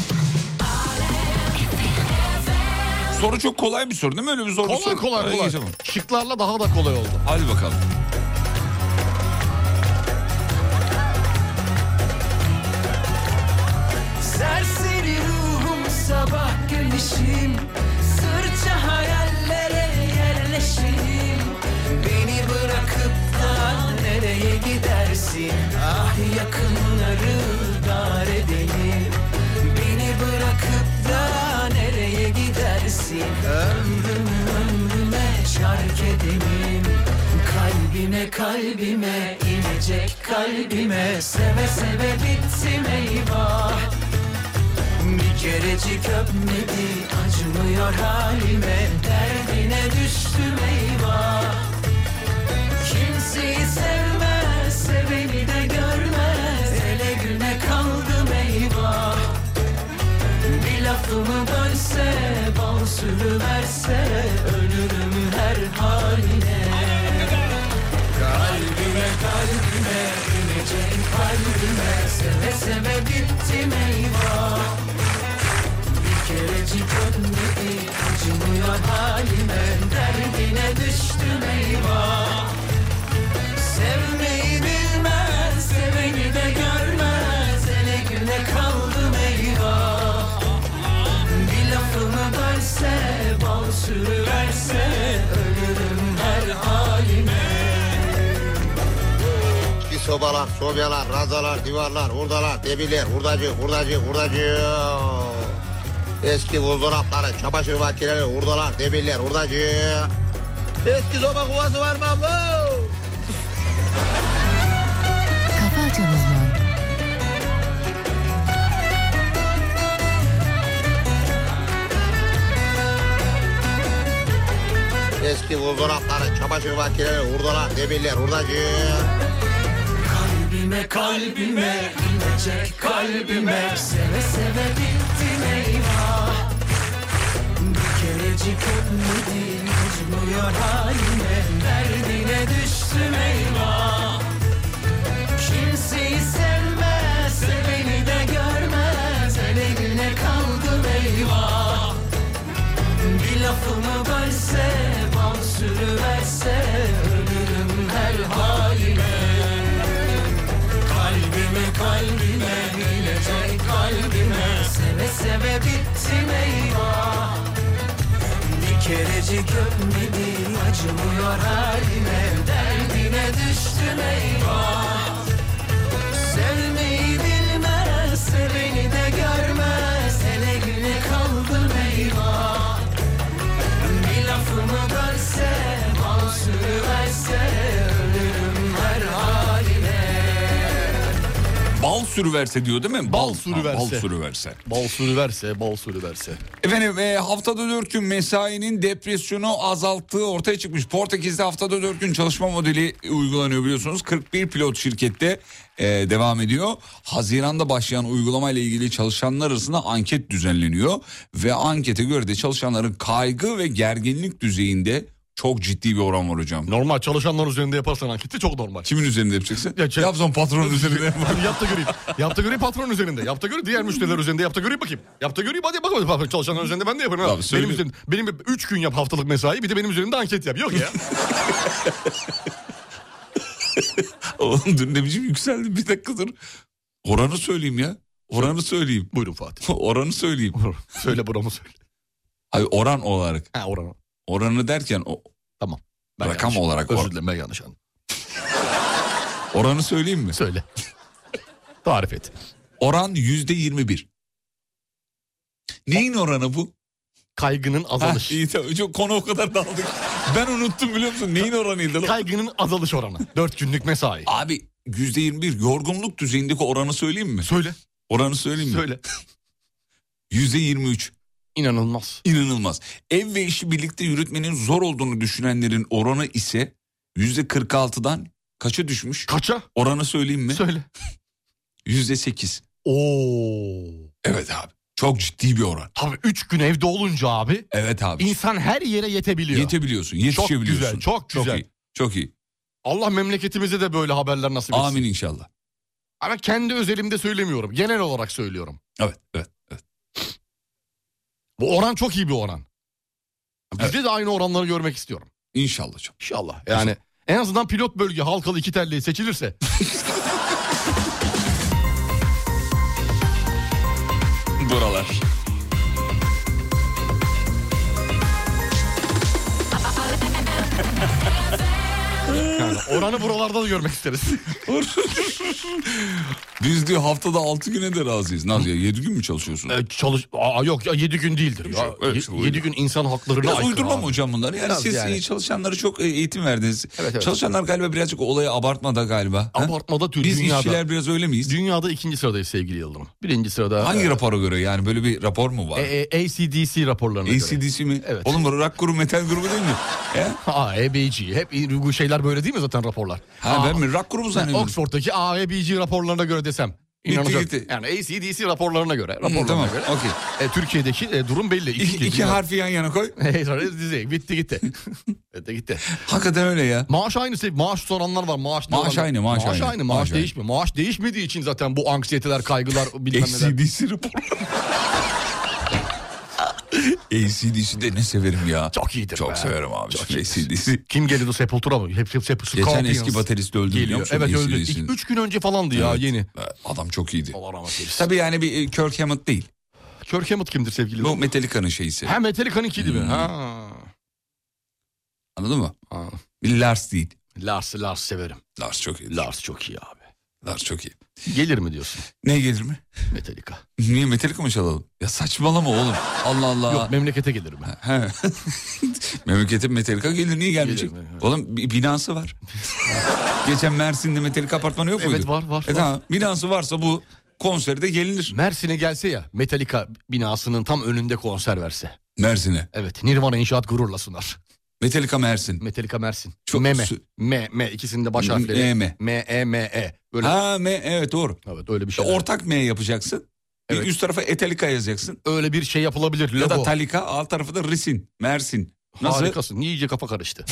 Soru çok kolay bir soru değil mi? Öyle bir soru. Kolay soru. kolay Hadi kolay. geçelim. Şıklarla daha da kolay oldu. Hadi bakalım. Serseri ruhum sabah güneşim, sırça hayallere yerleşim. Beni bırakıp da nereye gidersin? Ah yakınları dar edelim. Beni bırakıp da nereye gidersin? Ömrümü ömrüme şark edelim. Kalbime kalbime inecek kalbime, seve seve bittim eyvah. Bir kerecik öpmedi, acımıyor halime, derdine düştüm eyvah. Kimseyi sevmez, seveni de görmez, ele güne kaldım eyvah. Bir lafımı bölse, bal sürüverse, ölürüm her haline. Kalbime kalbime inecek kalbime, seve seve bittim eyvah. Bir kerecik öpmedi, acımıyor halime, derdine düştüm eyvah. Sevmeyi bilmez, seveni de görmez, sobalar, sobyalar, razalar, divarlar, hurdalar, debiler, hurdacı, hurdacı, hurdacı. Eski buzdolapları, çamaşır makineleri, hurdalar, debiler, hurdacı. Eski soba kovası var mı abla? Kafa Açan Uzman. Eski buzdolapları, çamaşır makineleri, hurdalar, debiler, hurdacı. Kalbime kalbime inecek kalbime seve seve bittim eyvah. Bir kerecik ömrüm acımıyor halime derdine düştüm eyvah. Kimseyi sevmez beni de görmez ele güne kaldım eyvah. Bir lafımı bölse bal sürüverse ölürüm her halime. Kalbime kalbime inecek kalbime seve seve bittim eyvah. Bir kerecik ömrümü acımıyor halime derdine düştüm eyvah. Sevmeyi bilmez beni de görmez hele güne kaldım eyvah. Bir lafımı bölse bal sürüverse ölürüm her haline. Bal sürüverse diyor değil mi? Bal sürüverse. Ha, bal sürüverse. Bal sürüverse, bal sürüverse. Efendim e, haftada dört gün mesainin depresyonu azalttığı ortaya çıkmış. Portekiz'de haftada dört gün çalışma modeli uygulanıyor biliyorsunuz. kırk bir pilot şirkette e, devam ediyor. Haziran'da başlayan uygulamayla ilgili çalışanlar arasında anket düzenleniyor. Ve ankete göre de çalışanların kaygı ve gerginlik düzeyinde çok ciddi bir oran var hocam. Normal çalışanlar üzerinde yaparsan anketi çok normal. Kimin üzerinde yapacaksın? Ya, şey- Yapsan patronun üzerinde yap. Yap da göreyim. Yap da göreyim patron üzerinde. Yap da göreyim diğer müşteriler üzerinde. Yap da göreyim bakayım. Yap da göreyim hadi bakalım. Çalışanlar üzerinde ben de yaparım. Abi, benim üzerimde, benim üç gün yap haftalık mesai bir de benim üzerimde anket yap. Yok ya. Oğlum dur ne biçim yükseldi bir dakika dur. Oranı söyleyeyim ya. Oranı söyleyeyim. Buyurun Fatih. Oranı söyleyeyim. Söyle buramı söyle. Hayır oran olarak. Ha oranı. Oranı derken o Tamam. Ben rakam yanlış- olarak. Özür or- dilerim ben yanlış anladım. Oranı söyleyeyim mi? Söyle. Tarif et. Oran yüzde yirmi bir. Neyin oranı bu? Kaygının azalış. Ha, iyi tamam. Çok konu o kadar daldık. Ben unuttum biliyor musun? Neyin oranıydı lan? Kaygının azalış oranı. Dört günlük mesai. Abi yüzde yirmi bir yorgunluk düzeyindeki oranı söyleyeyim mi? Söyle. Oranı söyleyeyim mi? Söyle. Yüzde yirmi üç. İnanılmaz. İnanılmaz. Ev ve işi birlikte yürütmenin zor olduğunu düşünenlerin oranı ise yüzde kırk altıdan kaça düşmüş? Kaça? Oranı söyleyeyim mi? Söyle. Yüzde sekiz. Oo. Evet abi. Çok ciddi bir oran. Tabii üç gün evde olunca abi. Evet abi. İnsan her yere yetebiliyor. Yetebiliyorsun, Çok yetişebiliyorsun. güzel, çok güzel. Çok iyi. Çok iyi. Allah memleketimize de böyle haberler nasip etsin. Amin inşallah. Ama kendi özelimde söylemiyorum. Genel olarak söylüyorum. Evet, evet, evet. Bu oran çok iyi bir oran. Bizde Evet. de aynı oranları görmek istiyorum. İnşallah çok. İnşallah. Yani en azından pilot bölge Halkalı iki telli seçilirse. Buralar. Yani oranı buralarda da görmek isteriz. Biz diyor haftada altı güne de razıyız. Nasıl ya? Yedi gün mü çalışıyorsun? Ee, çalış... Aa, yok ya yedi gün değildir. Ya. Evet, Ye- işte yedi gün insan haklarına Biraz aykırı uydurma abi. mı hocam bunlar? Yani Biraz siz yani. çalışanlara çok eğitim verdiniz. Evet, evet. Çalışanlar galiba birazcık olayı abartmada galiba. ha? Abartmada tür Biz dünyada. işçiler biraz öyle miyiz? Dünyada ikinci sıradayız sevgili Yıldırım. Birinci sırada... Hangi e, rapora göre yani böyle bir rapor mu var? e, e, A C D C raporlarına A göre. C D C mi? Evet. Oğlum bu rock grubu metal grubu değil mi? He? A E B G. Hep bu şeyler böyle değil mi zaten raporlar? Ha Aa, ben mi rock grubu yani zannediyorum. Oxford'daki A E B G raporlarına göre desem. Gitti, İnanacak. gitti. Yani A C D C raporlarına göre. Hı, Raporlarına tamam göre. okey. E, Türkiye'deki e, durum belli. İki, İkinci, iki dünya- harfi yan yana koy. Dizi, bitti gitti. bitti gitti. Hakikaten öyle ya. Maaş aynı. sev- Maaş soranlar var. Maaş, Maaş diyorlar. aynı, maaş maaş aynı. aynı. Maaş, Maaş aynı. değişmiyor. Maaş değişmediği için zaten bu anksiyeteler, kaygılar bilmem A neler. C D C raporu. A C D C'de ne severim ya. Çok iyidir Çok be. severim abi. Çok A C D C. Kim geliyordu Sepultura mı? Hep hep hep Geçen eski baterist öldü biliyor geliyor. musun? Evet A C öldü. D C'nin. İki, üç gün önce falandı ya Evet. yeni. Evet, adam çok iyiydi. Allah rahmet eylesin. Tabii yani bir e, Kirk Hammett değil. Kirk Hammett kimdir sevgili? Bu Metallica'nın şeysi. Ha Metallica'nınki değil mi? Hmm. Ha. Anladın mı? ha. Bir Lars değil. Lars, Lars severim. Lars çok iyi. Lars çok iyi abi. Var, çok iyi. Gelir mi diyorsun? Ne gelir mi? Metallica. Niye Metallica mı çalalım? Ya saçmalama oğlum. Allah Allah. Yok, memlekete gelir mi? He. Memlekete Metallica gelir, niye gelmeyecek? Gelir mi? Evet. Oğlum bir binası var. Geçen Mersin'de Metallica apartmanı yok muydu? Evet, var var. E var. tamam, binası varsa bu konserde gelinir. Mersin'e gelse ya, Metallica binasının tam önünde konser verse. Mersin'e. Evet, Nirvana İnşaat gururla sunar. Metallica Mersin. Metallica Mersin. Çok Meme. sü- M, M ikisinin de baş harfleri. M, M. M, E, M, E. Böyle. Ha M, evet doğru. Evet, öyle bir şey. Ortak M yapacaksın. Bir Evet. üst tarafa Metallica yazacaksın. Öyle bir şey yapılabilir. Ya da Logo. Talika, alt tarafı da Risin. Mersin. Nasıl? Harikasın. İyice kafa karıştı.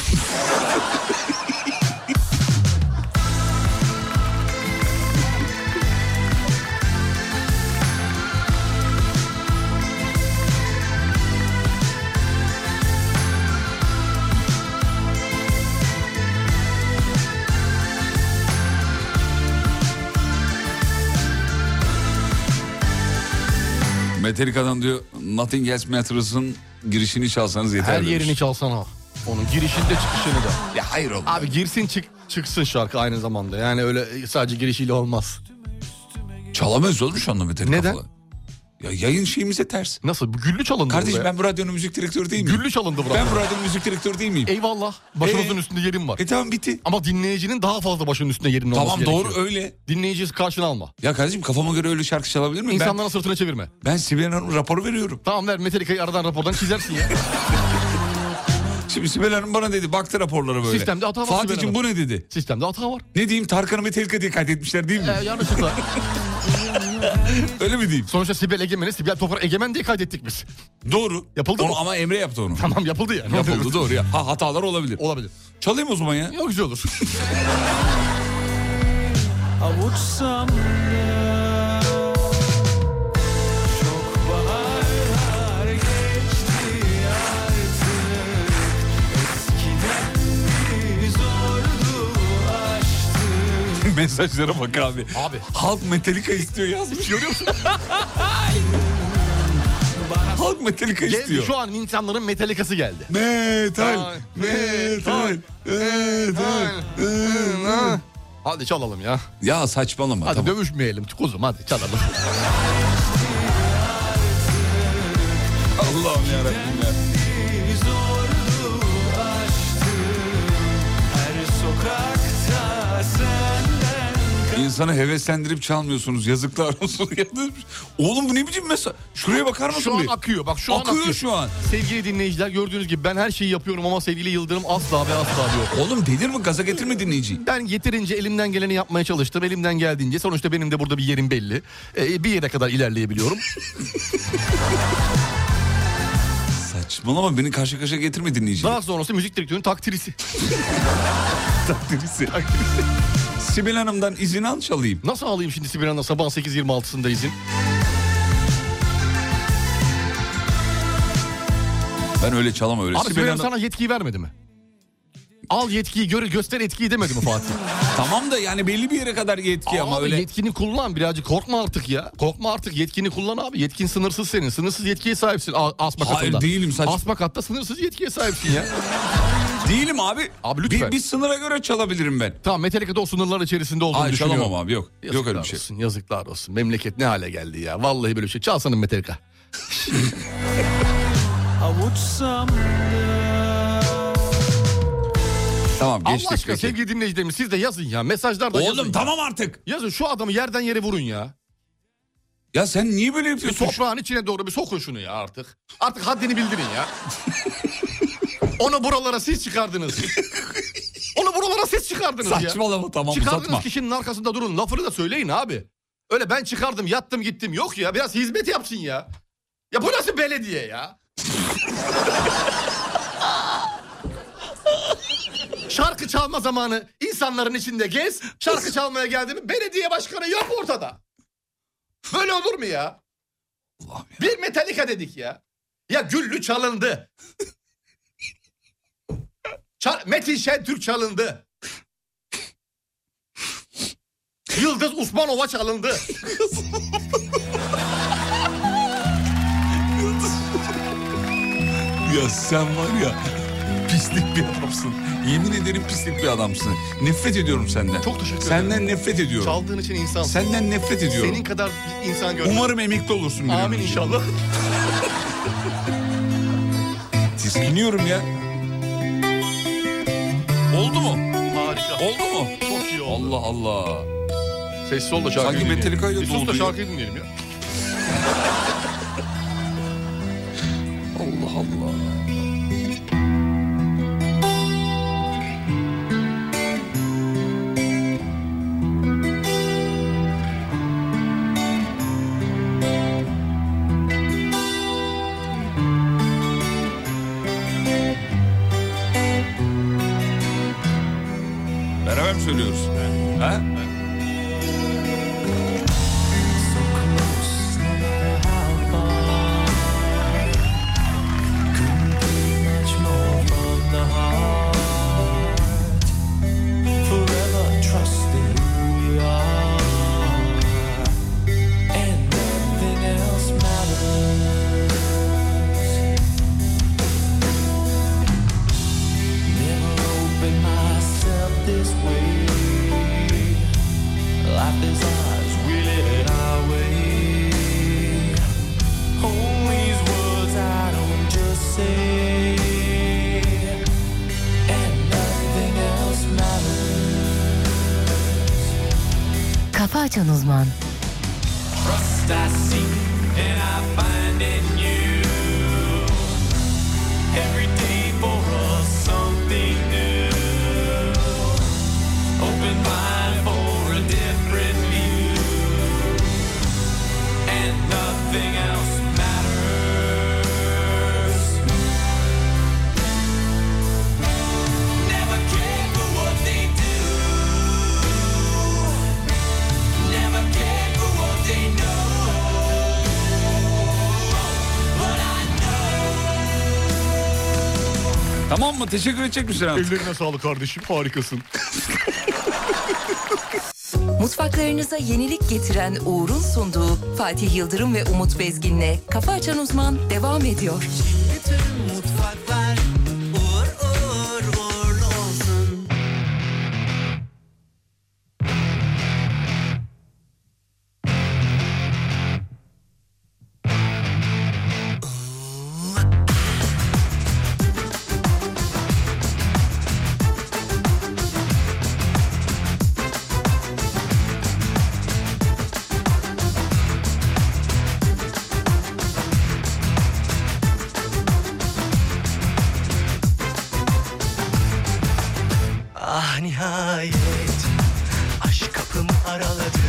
Metallica'dan diyor Nothing Else Matters'ın girişini çalsanız yeter Her demiş. yerini çalsana. Onun girişinde çıkışını da. Ya hayır oğlum. Abi girsin çık, çıksın şarkı aynı zamanda. Yani öyle sadece girişiyle olmaz. Çalamayız oğlum şu anda Metallica Neden? falan. Ya yayın şeyimize ters. Nasıl? Bu güllü çalındı Kardeşim buraya. ben bu radyonun müzik direktörü değil miyim? Güllü çalındı buraya. Ben bu radyonun müzik direktörü değil miyim? Eyvallah. Başınızın Ee? üstünde yerim var. E tamam bitti. Ama dinleyicinin daha fazla başının üstünde yerinin olması Tamam gerekiyor. doğru öyle. Dinleyiciyi karşına alma. Ya kardeşim kafama göre öyle şarkı çalabilir miyim? İnsanların sırtına çevirme. Ben, ben Sibel Hanım raporu veriyorum. Tamam, ver Metallica'yı aradan rapordan çizersin ya. Şimdi Sibel Hanım bana dedi baktı raporlara böyle. Sistemde hata var Sibel Fatih'cim Hanım. bu ne dedi? Sistemde hata var. Ne diyeyim, Tarkan'ı Metallica diye kaydetmişler değil mi? Ee, yanlışlıkla. Öyle mi diyeyim? Sonuçta Sibel Egemen'i Sibel Toprak Egemen diye kaydettik biz. Doğru. Yapıldı onu, mı? ama Emre yaptı onu. Tamam, yapıldı ya. Yapıldı doğru ya. Ha, hatalar olabilir. Olabilir. Çalayım o zaman ya. Ya güzel olur. Avuçsam da çok baharlar geçti artık. Eskiden mi zordu aşktı. Mesajlara bak abi. Abi. Halk Metallica istiyor yazmış. Görüyor musun? Halk Metallica Geldi, istiyor. şu an insanların Metallica'sı geldi. Metal. Ay, Metal. Metal. Metal. Hadi çalalım ya. Ya saçmalama. Hadi tamam. dövüşmeyelim kuzum, hadi çalalım. Allah'ım yarabbim ya. Zordu aşktı. Her sokakta senden. İnsanı heveslendirip çalmıyorsunuz. Yazıklar olsun. Oğlum bu ne biçim mesaj? Şuraya bakar mısın? Şu an bir? akıyor, bak şu an Akıyor akıyor. şu an. Sevgili dinleyiciler, gördüğünüz gibi ben her şeyi yapıyorum ama sevgili Yıldırım asla ve asla diyor. Oğlum delirme, gaza getirme dinleyiciyi. Ben yeterince elimden geleni yapmaya çalıştım. Elimden geldiğince, sonuçta benim de burada bir yerim belli. Ee, bir yere kadar ilerleyebiliyorum. Saçmalama, beni karşı karşıya getirme dinleyiciyi. Daha sonrası müzik direktörünün takdirisi. Takdirisi. Sibel Hanım'dan izin al çalayım. Nasıl alayım şimdi Sibel Hanım'dan sabah sekiz yirmi altısında izin? Ben öyle çalamam öyle. Abi Sibel Sibel Hanım Hanım... sana yetkiyi vermedi mi? Al yetkiyi, gör, göster etkiyi demedi mi Fatih? Tamam da yani belli bir yere kadar yetki ama Abi öyle. yetkini kullan birazcık, korkma artık ya. Korkma artık, yetkini kullan abi. Yetkin sınırsız senin. Sınırsız yetkiye sahipsin A- asma Hayır, katında. değilim saç- Asma katta sınırsız yetkiye sahipsin ya. Değilim abi. Abi lütfen. Bir, bir sınıra göre çalabilirim ben. Tamam, Metallica'da o sınırlar içerisinde olduğunu Hayır düşünüyorum. çalamam abi, yok. Yazıklar yok öyle bir şey. olsun, yazıklar olsun. Memleket ne hale geldi ya. Vallahi böyle bir şey. Çalsana Metallica. Avuçsam da. Tamam Allah geçtik. aşkına peki. sevgili dinleyicilerimiz, siz de yazın ya. Mesajlarda yazın. Oğlum ya. tamam artık. Yazın, şu adamı yerden yere vurun ya. Ya sen niye böyle Bir yapıyorsun? toprağın içine doğru bir sokun şunu ya artık. Artık haddini bildirin ya. Onu buralara siz çıkardınız. Onu buralara siz çıkardınız ya. Saçmalama, tamam Çıkardığınız uzatma. kişinin arkasında durun. Lafını da söyleyin abi. Öyle ben çıkardım, yattım, gittim. Yok ya, biraz hizmet yapsın ya. Ya bu nasıl belediye ya? Şarkı çalma zamanı insanların içinde gez. Şarkı çalmaya geldiğinde belediye başkanı yok ortada. Böyle olur mu ya? Allah'ım ya. Bir Metallica dedik ya. Ya Güllü çalındı. Çal- Metin Şentürk çalındı. Yıldız Usmanova çalındı. Ya sen var ya, Pislik bir adamsın. Yemin ederim pislik bir adamsın. Nefret ediyorum senden. Çok teşekkür Senden ederim. nefret ediyorum. Çaldığın için insan. Senden nefret ediyorum. Senin kadar bir insan görmedim. Umarım emekli olursun. bir Amin gün. inşallah. Tiskiniyorum ya. Oldu mu? Harika. Oldu mu? Çok iyi oldu. Allah Allah. Sessiz ol da şarkıyı Sanki dinleyelim. Metallica'yla Bir sus da doldu ya. şarkıyı dinleyelim ya. Allah Allah. Beraber mi söylüyoruz? Ha? Kafa Açan Uzman. Trust I see and I find in you. Every day for us something new. Open mind for a different view. And nothing else matters. Never care for what they do. Never care for what they know. But I Tamam mı? Teşekkür edecek misin artık? Ellerine sağlık kardeşim. Harikasın. Mutfaklarınıza yenilik getiren Uğur'un sunduğu Fatih Yıldırım ve Umut Bezgin'le Kafa Açan Uzman devam ediyor. Bütün mutfaklar uğur uğur uğurlu olsun. Ah nihayet aşk kapımı araladı.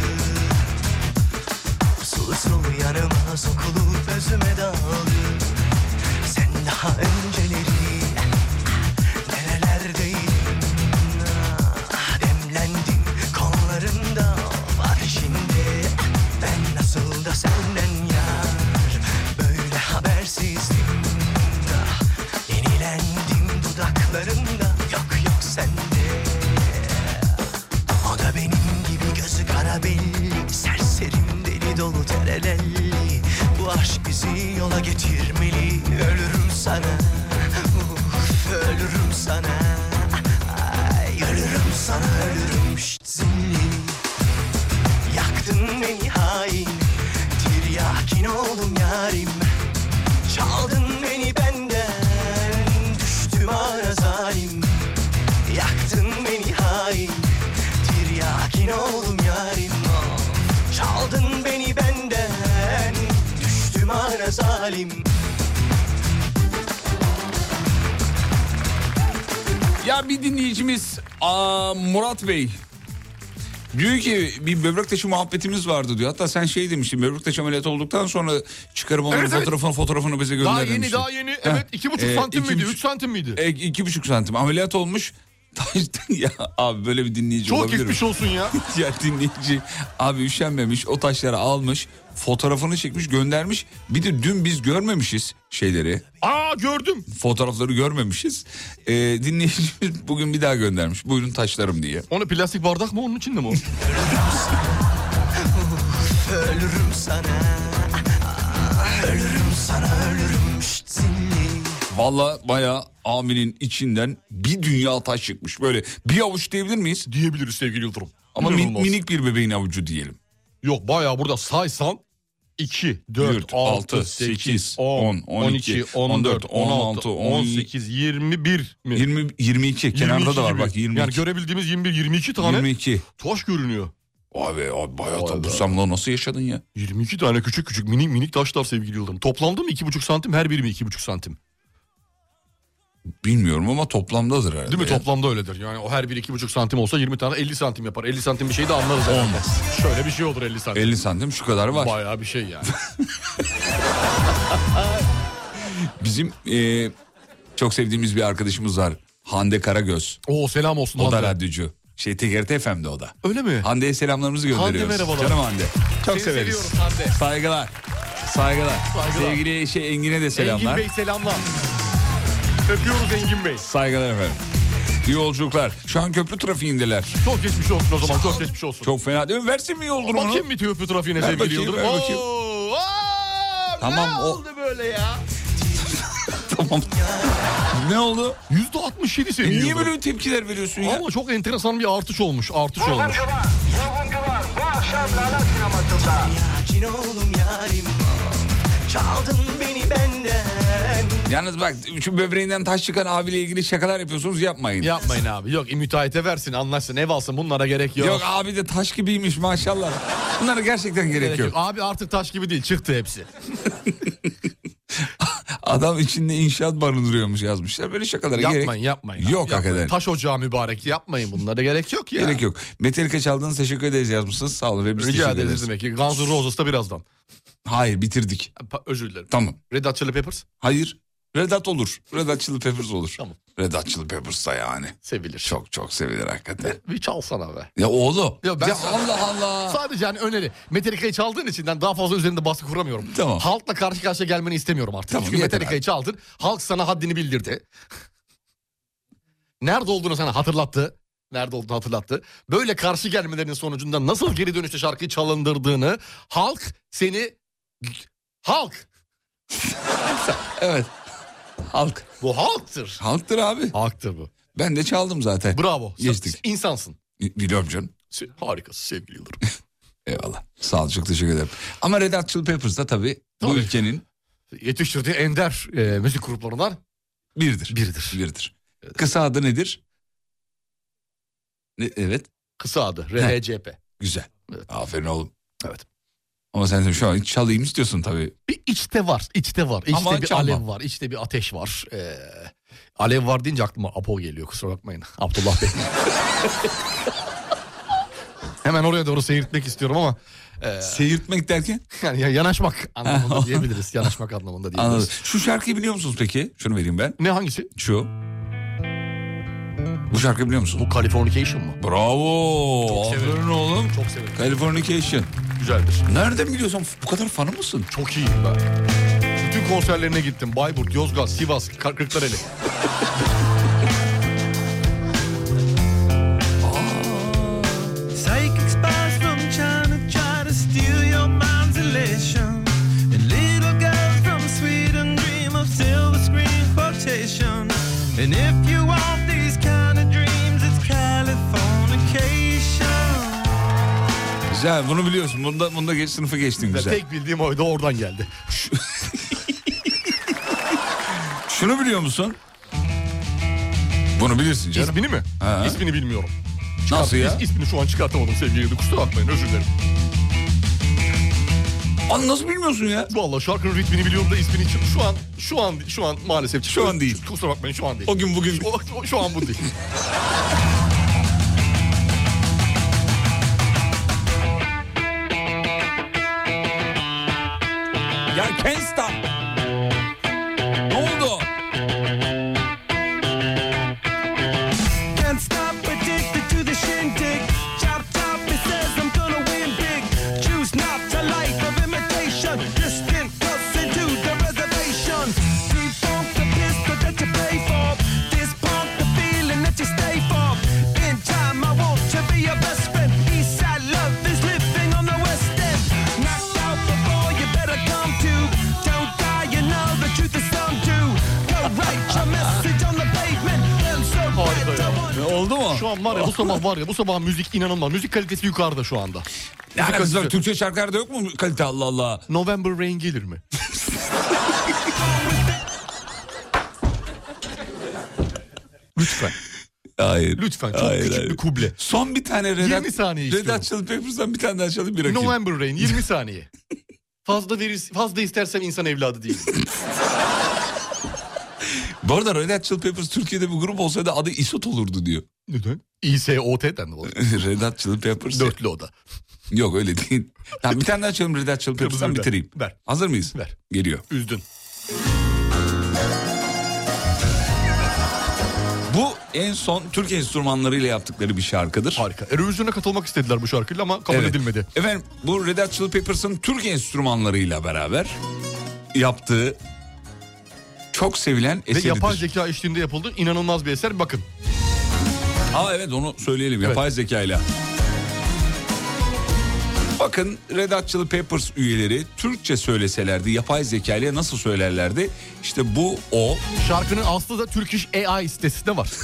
Usul usul yanıma sokulup özüme daldı. Sen daha önceleri nerelerdeydin? Ah, demlendim kollarında var şimdi. Ben nasıl da senden yar böyle habersizdim. Ah, yenilendim dudaklarında yok yok sende. O da benim gibi gözü kara belli, serserim deli dolu terelelli. Bu aşk bizi yola getirmeli. Ölürüm sana, uf, ölürüm sana. Ay, ölürüm sana, ölürüm şşt zilli. Yaktın beni hain, tiryakin oldum yarim. Çaldın beni benden, düştüm ara zalim. Yaktın beni hain, tiryakin oldum yarim. Çaldın beni benden, düştüm ara zalim. Ya bir dinleyicimiz aa, Murat Bey diyor ki bir böbrek taşı muhabbetimiz vardı diyor. Hatta sen şey demiştin, böbrek taşı ameliyatı olduktan sonra çıkarıp onların Evet, evet. fotoğrafını fotoğrafını bize gönder Daha yeni demiştin. daha yeni. Heh. Evet iki buçuk Ee, santim iki miydi? buçuk- Üç santim miydi? E, iki buçuk santim ameliyat olmuş. Ya abi böyle bir dinleyici Çok olabilir mi? geçmiş olsun ya. Ya dinleyici abi üşenmemiş, o taşları almış, fotoğrafını çekmiş, göndermiş. Bir de dün biz görmemişiz şeyleri. Aa gördüm. Fotoğrafları görmemişiz. Ee, dinleyicimiz bugün bir daha göndermiş. Buyurun taşlarım diye. Onu plastik bardak mı, onun içinde mi o? Ölürüm sana, ölürüm sana, ölürüm şşt zilli. Valla bayağı aminin içinden bir dünya taş çıkmış. Böyle bir avuç diyebilir miyiz? Diyebiliriz sevgili Yıldırım. Ama min, İnanılmaz. minik bir bebeğin avucu diyelim. Yok bayağı burada saysan iki, dört, altı, sekiz, on, on iki, on dört, on altı, on sekiz, yirmi bir mi? yirmi, yirmi iki kenarda da var bak yirmi iki. Yani görebildiğimiz yirmi bir, yirmi iki tane yirmi iki. taş görünüyor. Abi, abi bayağı tabi sen bunu nasıl yaşadın ya? yirmi iki tane küçük küçük minik minik taşlar sevgili Yıldırım. Toplamda mı iki buçuk santim, her biri mi iki buçuk santim? Bilmiyorum ama toplamdadır herhalde. Değil mi? Ya. Toplamda öyledir. Yani o her biri iki buçuk santim olsa yirmi tane elli santim yapar. elli santim bir şey de anlarız. Olmaz. Şöyle bir şey olur elli santim. elli santim şu kadar var. Bayağı bir şey yani. Bizim e, çok sevdiğimiz bir arkadaşımız var. Hande Karagöz. Oo selam olsun O Hande. da radyocu. Şey T G R T F M'de o da. Öyle mi? Hande'ye selamlarımızı gönderiyoruz. Hande merhabalar. Canım Hande. Çok Seni severiz. seviyoruz Hande. Saygılar. Saygılar. Saygılar. Sevgili şey Engin'e de selamlar. Engin Bey selamlar. Öpüyoruz Engin Bey. Saygılar efendim. İyi yolculuklar. Şu an köprü trafiğindeler. Çok geçmiş olsun o zaman, çok geçmiş olsun. Çok fena değil mi? Versin mi yol durumunu? Bakayım bir köprü trafiğine Ver sevgili bakayım, Yıldırım. ver bakayım. Oo, aa, Tamam, ne o- oldu böyle ya? Tamam. Ne oldu? yüzde altmış yedi E sevgili niye Yıldırım. böyle tepkiler veriyorsun ya? Ama çok enteresan bir artış olmuş, artış olmuş. Vurguncular, vurguncular bu akşam Lala sinemasında. Yakin oğlum yarim, çaldın beni benden. Yalnız bak şu böbreğinden taş çıkan abiyle ilgili şakalar yapıyorsunuz, yapmayın. Yapmayın abi. Yok müteahhite versin, anlaşsın, ev alsın, bunlara gerek yok. Yok abi de taş gibiymiş maşallah. Bunlara gerçekten gerek, Gerek yok. yok. Abi artık taş gibi değil, çıktı hepsi. Adam içinde inşaat barındırıyormuş yazmışlar. Böyle şakalara Yapmayın gerek yapmayın. yok Yapmayın. hakikaten. Taş ocağı mübarek, yapmayın, bunlara gerek yok ya. Gerek yok. Metallica çaldığınız teşekkür ederiz yazmışsınız. Sağ olun ve biz Rica teşekkür ederiz ederiz. demek ki. Guns N' Roses'ta birazdan. Hayır bitirdik. Pa- özür dilerim. Tamam. Red Hot Chili Peppers Hayır. Red Hot olur. Red Hot Chili Peppers olur. Tamam. Red Hot Chili Peppers da yani. sevilir. Çok çok sevilir hakikaten. Bir çalsana be. Ya oğlum. Ya ben ya sana- Allah Allah. Sadece hani öneri. Metallica'yı çaldığın içinden daha fazla üzerinde baskı kuramıyorum. Tamam. Halkla karşı karşıya gelmeni istemiyorum artık. Tamam, Çünkü yeter Metallica'yı abi. çaldın. Halk sana haddini bildirdi. Nerede olduğunu sana hatırlattı. Nerede olduğunu hatırlattı. Böyle karşı gelmelerinin sonucunda nasıl geri dönüşte şarkıyı çalındırdığını halk seni... Halk. Evet. Halk. Bu halktır. Halktır abi. Halktır bu. Ben de çaldım zaten. Bravo. Geçtik. Sen insansın. Biliyorum canım. Se- Harikasın sevgili Yıldırım. Eyvallah. Sağ ol, çok teşekkür ederim. Ama Red Hot Chili Peppers da tabii, bu Tabii. ülkenin Yetiştirdiği ender e, müzik gruplarından biridir. biridir. Biridir. Kısa adı nedir? Ne, evet. Kısa adı R H C P. Güzel. Evet. Aferin oğlum. Evet. Ama sen de şu an çalayım istiyorsun tabii. Bir içte var, içte var. İçte Ama bir çalma. alev var, içte bir ateş var. Ee, alev var deyince aklıma Apo geliyor, kusura bakmayın. Abdullah Bey. Hemen oraya doğru seyirtmek istiyorum ama... E, Seyirtmek derken? yani ya- yanaşmak anlamında diyebiliriz. Yanaşmak anlamında diyebiliriz. Anladım. Şu şarkıyı biliyor musunuz peki? Şunu vereyim ben. Ne hangisi? Şu. Bu şarkıyı biliyor musun? Bu Californication mı? Bravo. Çok severim. Aferin oğlum. Çok severim. Californication. Güzeldir. Nereden biliyorsun? Bu kadar fanı mısın? Çok iyi ben. Bütün konserlerine gittim. Bayburt, Yozgat, Sivas, Kar- Kırklareli. Psychic spies from China try to steal your mind's elation. And little girls from Sweden dream of silver screen quotation. And if you want these kind of dreams, it's Californication. Güzel, bunu biliyorsun. Bunda, bunda geç sınıfı geçtin güzel. Tek bildiğim oydu, oradan geldi. Şunu biliyor musun? Bunu bilirsin canım. İsmini mi? Ha. İsmini bilmiyorum. Nasıl ya? İs, ismini şu an çıkartamadım sevgili Yıldırım. Kusura bakmayın, özür dilerim. An nasıl bilmiyorsun ya? Vallahi şarkının ritmini biliyorum da ismini çık. Şu an şu an şu an maalesef Şu an değil. Kusura bakmayın, şu an değil. O gün bugün. O, o- şu an bu değil. Ya can't stop. Ne oldu? Can't stop, addicted to the shindig. Chop top, it says I'm gonna win big. Choose not a life of imitation. Distant cuts into the reservation. Defunct the pistol that you pay for. This punk the feeling that you stay for. In time, I want to be your best friend. Eastside love is living on the west end. Knocked out before you better come to. Don't an var ya bu sabah var ya bu sabah müzik inanılmaz. Müzik kalitesi yukarıda şu anda. Yani kızlar Türkçe şarkılarda yok mu kalite Allah Allah? November Rain gelir mi? Lütfen. Hayır. Lütfen çok hayır, küçük hayır. bir kuble. Son bir tane Red yirmi saniye istiyorum. Red Hot Chili Peppers'dan bir tane daha çalayım bir rakip. November Rain yirmi saniye. Fazla verir, fazla istersem insan evladı değil. Bu arada Red Hot Chili Peppers Türkiye'de bir grup olsaydı adı İSOT olurdu diyor. Neden? İ S O T'den mi olur? Red Hot Chili Peppers. Dörtlü o da. Yok öyle değil. Tamam, bir tane daha çalalım Red Hot Chili Peppers'tan bitireyim. Ver. Hazır mıyız? Ver. Geliyor. Üzdün. Bu en son Türk enstrümanlarıyla yaptıkları bir şarkıdır. Harika. Eurovision'a katılmak istediler bu şarkıyla ama kabul Evet. edilmedi. Efendim bu Red Hot Chili Peppers'ın Türk enstrümanlarıyla beraber yaptığı çok sevilen Ve eseridir. yapay zeka eşliğinde yapıldı. İnanılmaz bir eser. Bakın. Aa evet onu söyleyelim Evet. yapay zekayla. Bakın Red Hot Chili Peppers üyeleri Türkçe söyleselerdi yapay zekayla nasıl söylerlerdi? İşte bu o. Şarkının aslı da Turkish A I sitesinde var.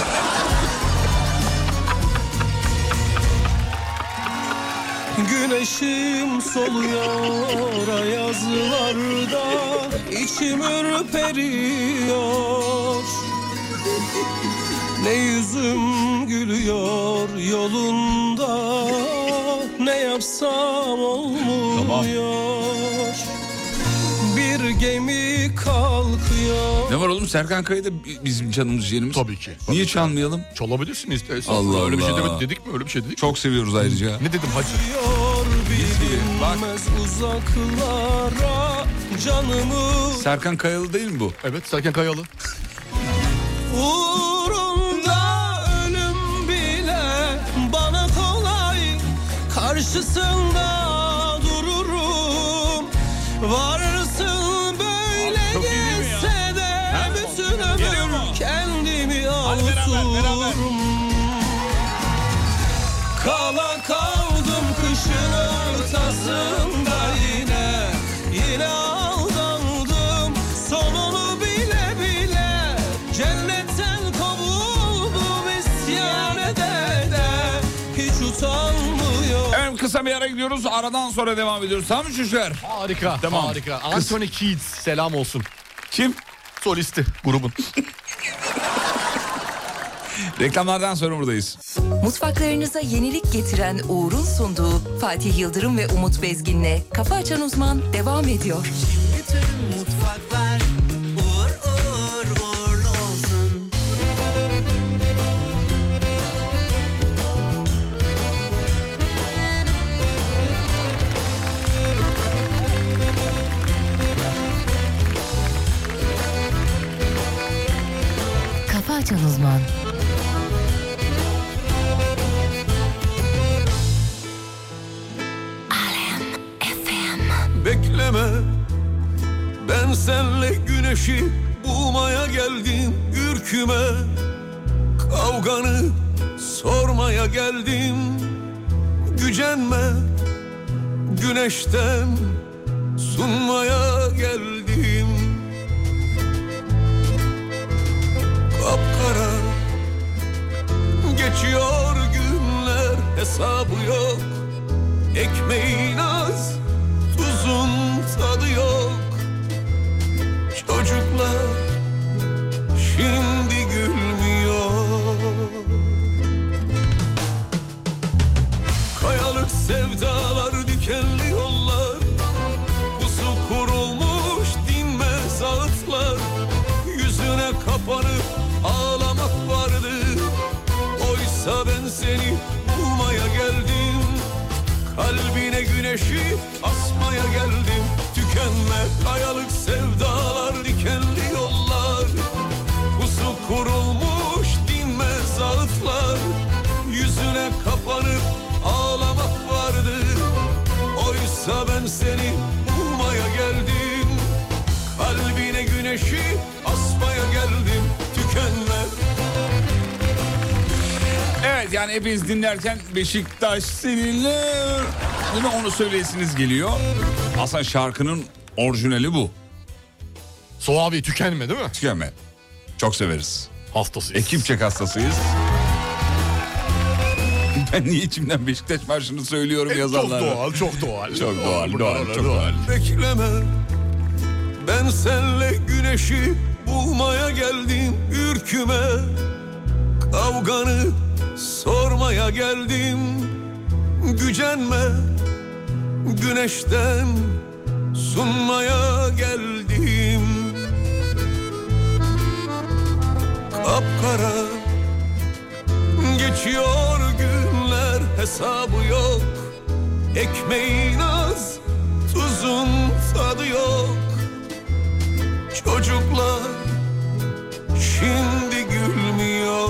Güneşim soluyor ayazlarda, içim ürperiyor. Ne yüzüm gülüyor yolunda, ne yapsam olmuyor. Bir gemi kalkıyor. Ne var oğlum Serkan Kaya da bizim canımız ciğerimiz. Tabii ki. Niye çalmayalım? Çalabilirsin istersen. Allah Öyle bir şey Allah. demedik, dedik mi? Öyle bir şey dedik. Çok seviyoruz ayrıca. Ne dedim hacı? Bilinmez uzaklara canımı. Serkan Kayalı değil mi bu? Evet Serkan Kayalı. Uğrunda ölüm bile bana kolay, karşısında dururum. Varsın böyle gelse de bütün ömür kendimi avuturum. Kala kaldım kışın ortasında yine, yine aldandım sonunu bile bile. Cennetten kovuldum isyan ede de, hiç utanmıyor. Evet kısa bir ara gidiyoruz. Aradan sonra devam ediyoruz. Tamam mı çocuklar? Harika, Tamam. harika. Anthony Kiedis selam olsun. Kim? Solisti grubun. Reklamlardan sonra buradayız. Mutfaklarınıza yenilik getiren Uğur'un sunduğu Fatih Yıldırım ve Umut Bezgin'le Kafa Açan Uzman devam ediyor. Bütün mutfaklar uğur uğur uğurlu olsun. Kafa Açan Uzman. Bekleme, ben senle güneşi bulmaya geldim ürküme. Kavganı sormaya geldim, gücenme. Güneşten sunmaya geldim. Kapkara geçiyor günler, hesabı yok. Ekmeğin az, tuzun tadı yok. Çocuklar şimdi gülmüyor. Kayalık sevdalar, dikenli yollar, pusu kurulmuş dinmez ağıtlar. Yüzüne kapanıp ağlamak vardı, oysa ben seni bulmaya geldim. Kalbine güneşi asmaya geldim. Tükenme kayalık sevdalar, dikenli yollar, pusu kurulmuş dinmez ağıtlar. Yüzüne kapanıp ağlamak vardı, oysa ben seni bulmaya geldim. Kalbine güneşi asmaya geldim. Tükenme. Evet yani hepiniz dinlerken Beşiktaş seninle değil mi onu söyleyesiniz geliyor. Aslında şarkının orijinali bu. Suavi tükenme değil mi? Tükenme. Çok severiz. Hastasıyız. Ekipçek hastasıyız. Ben niye içimden Beşiktaş marşını söylüyorum E, yazanlar. Çok doğal, çok doğal. Çok doğal, doğal, çok doğal. Bekleme, ben senle güneşi bulmaya geldim ürküme. Kavganı sormaya geldim, gücenme. Güneşten sunmaya geldim. Kapkara geçiyor günler, hesabı yok. Ekmeğin az, tuzun tadı yok. Çocuklar şimdi gülmüyor.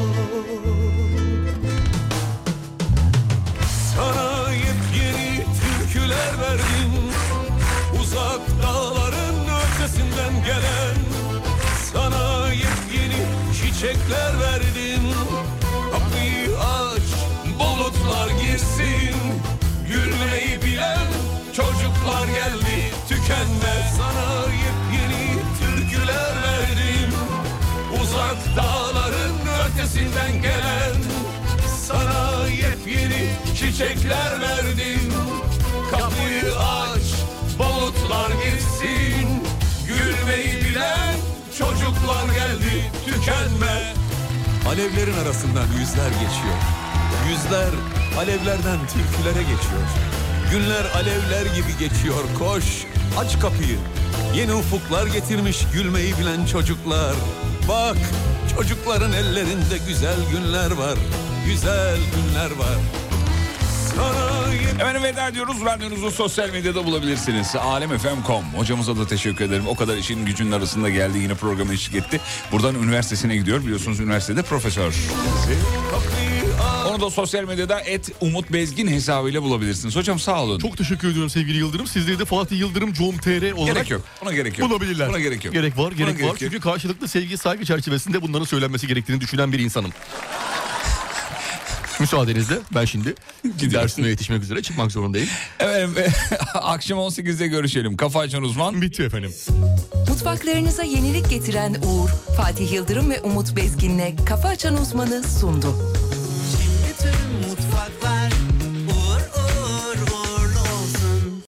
Sana yepyeni türküler verdim, uzak dağların ötesinden gelen. Sana yepyeni çiçekler verdim. Kapıyı aç, bulutlar girsin. Gülmeyi bilen çocuklar geldi, tükenmez. Sana yepyeni türküler verdim, uzak dağların ötesinden gelen. Sana yepyeni çiçekler verdim. Kapıyı aç, bulutlar girsin. Gülmeyi bilen çocuklar geldi, tükenme. Alevlerin arasından yüzler geçiyor. Yüzler alevlerden türkülere geçiyor. Günler alevler gibi geçiyor, koş aç kapıyı. Yeni ufuklar getirmiş gülmeyi bilen çocuklar. Bak, çocukların ellerinde güzel günler var. Güzel günler var. Efendim veda ediyoruz. Radyonuzu sosyal medyada bulabilirsiniz. alem f m nokta com. Hocamıza da teşekkür ederim. O kadar işin gücünün arasında geldi, yine programa eşlik etti. Buradan üniversitesine gidiyor. Biliyorsunuz üniversitede profesör. Onu da sosyal medyada et Umut Bezgin hesabıyla bulabilirsiniz. Hocam sağ olun. Çok teşekkür ediyorum sevgili Yıldırım. Sizleri de Fatih Yıldırım com nokta tr olarak Gerek yok. Buna gerek yok. bulabilirler. Buna gerek yok. Gerek var, gerek Buna var. gerek yok. Çünkü karşılıklı sevgi, saygı çerçevesinde bunların söylenmesi gerektiğini düşünen bir insanım. Müsaadenizle ben şimdi dersime yetişmek üzere çıkmak zorundayım. Evet, akşam on sekizde görüşelim. Kafa Açan Uzman. Bitti efendim. Mutfaklarınıza yenilik getiren Uğur, Fatih Yıldırım ve Umut Bezgin'le Kafa Açan Uzman'ı sundu.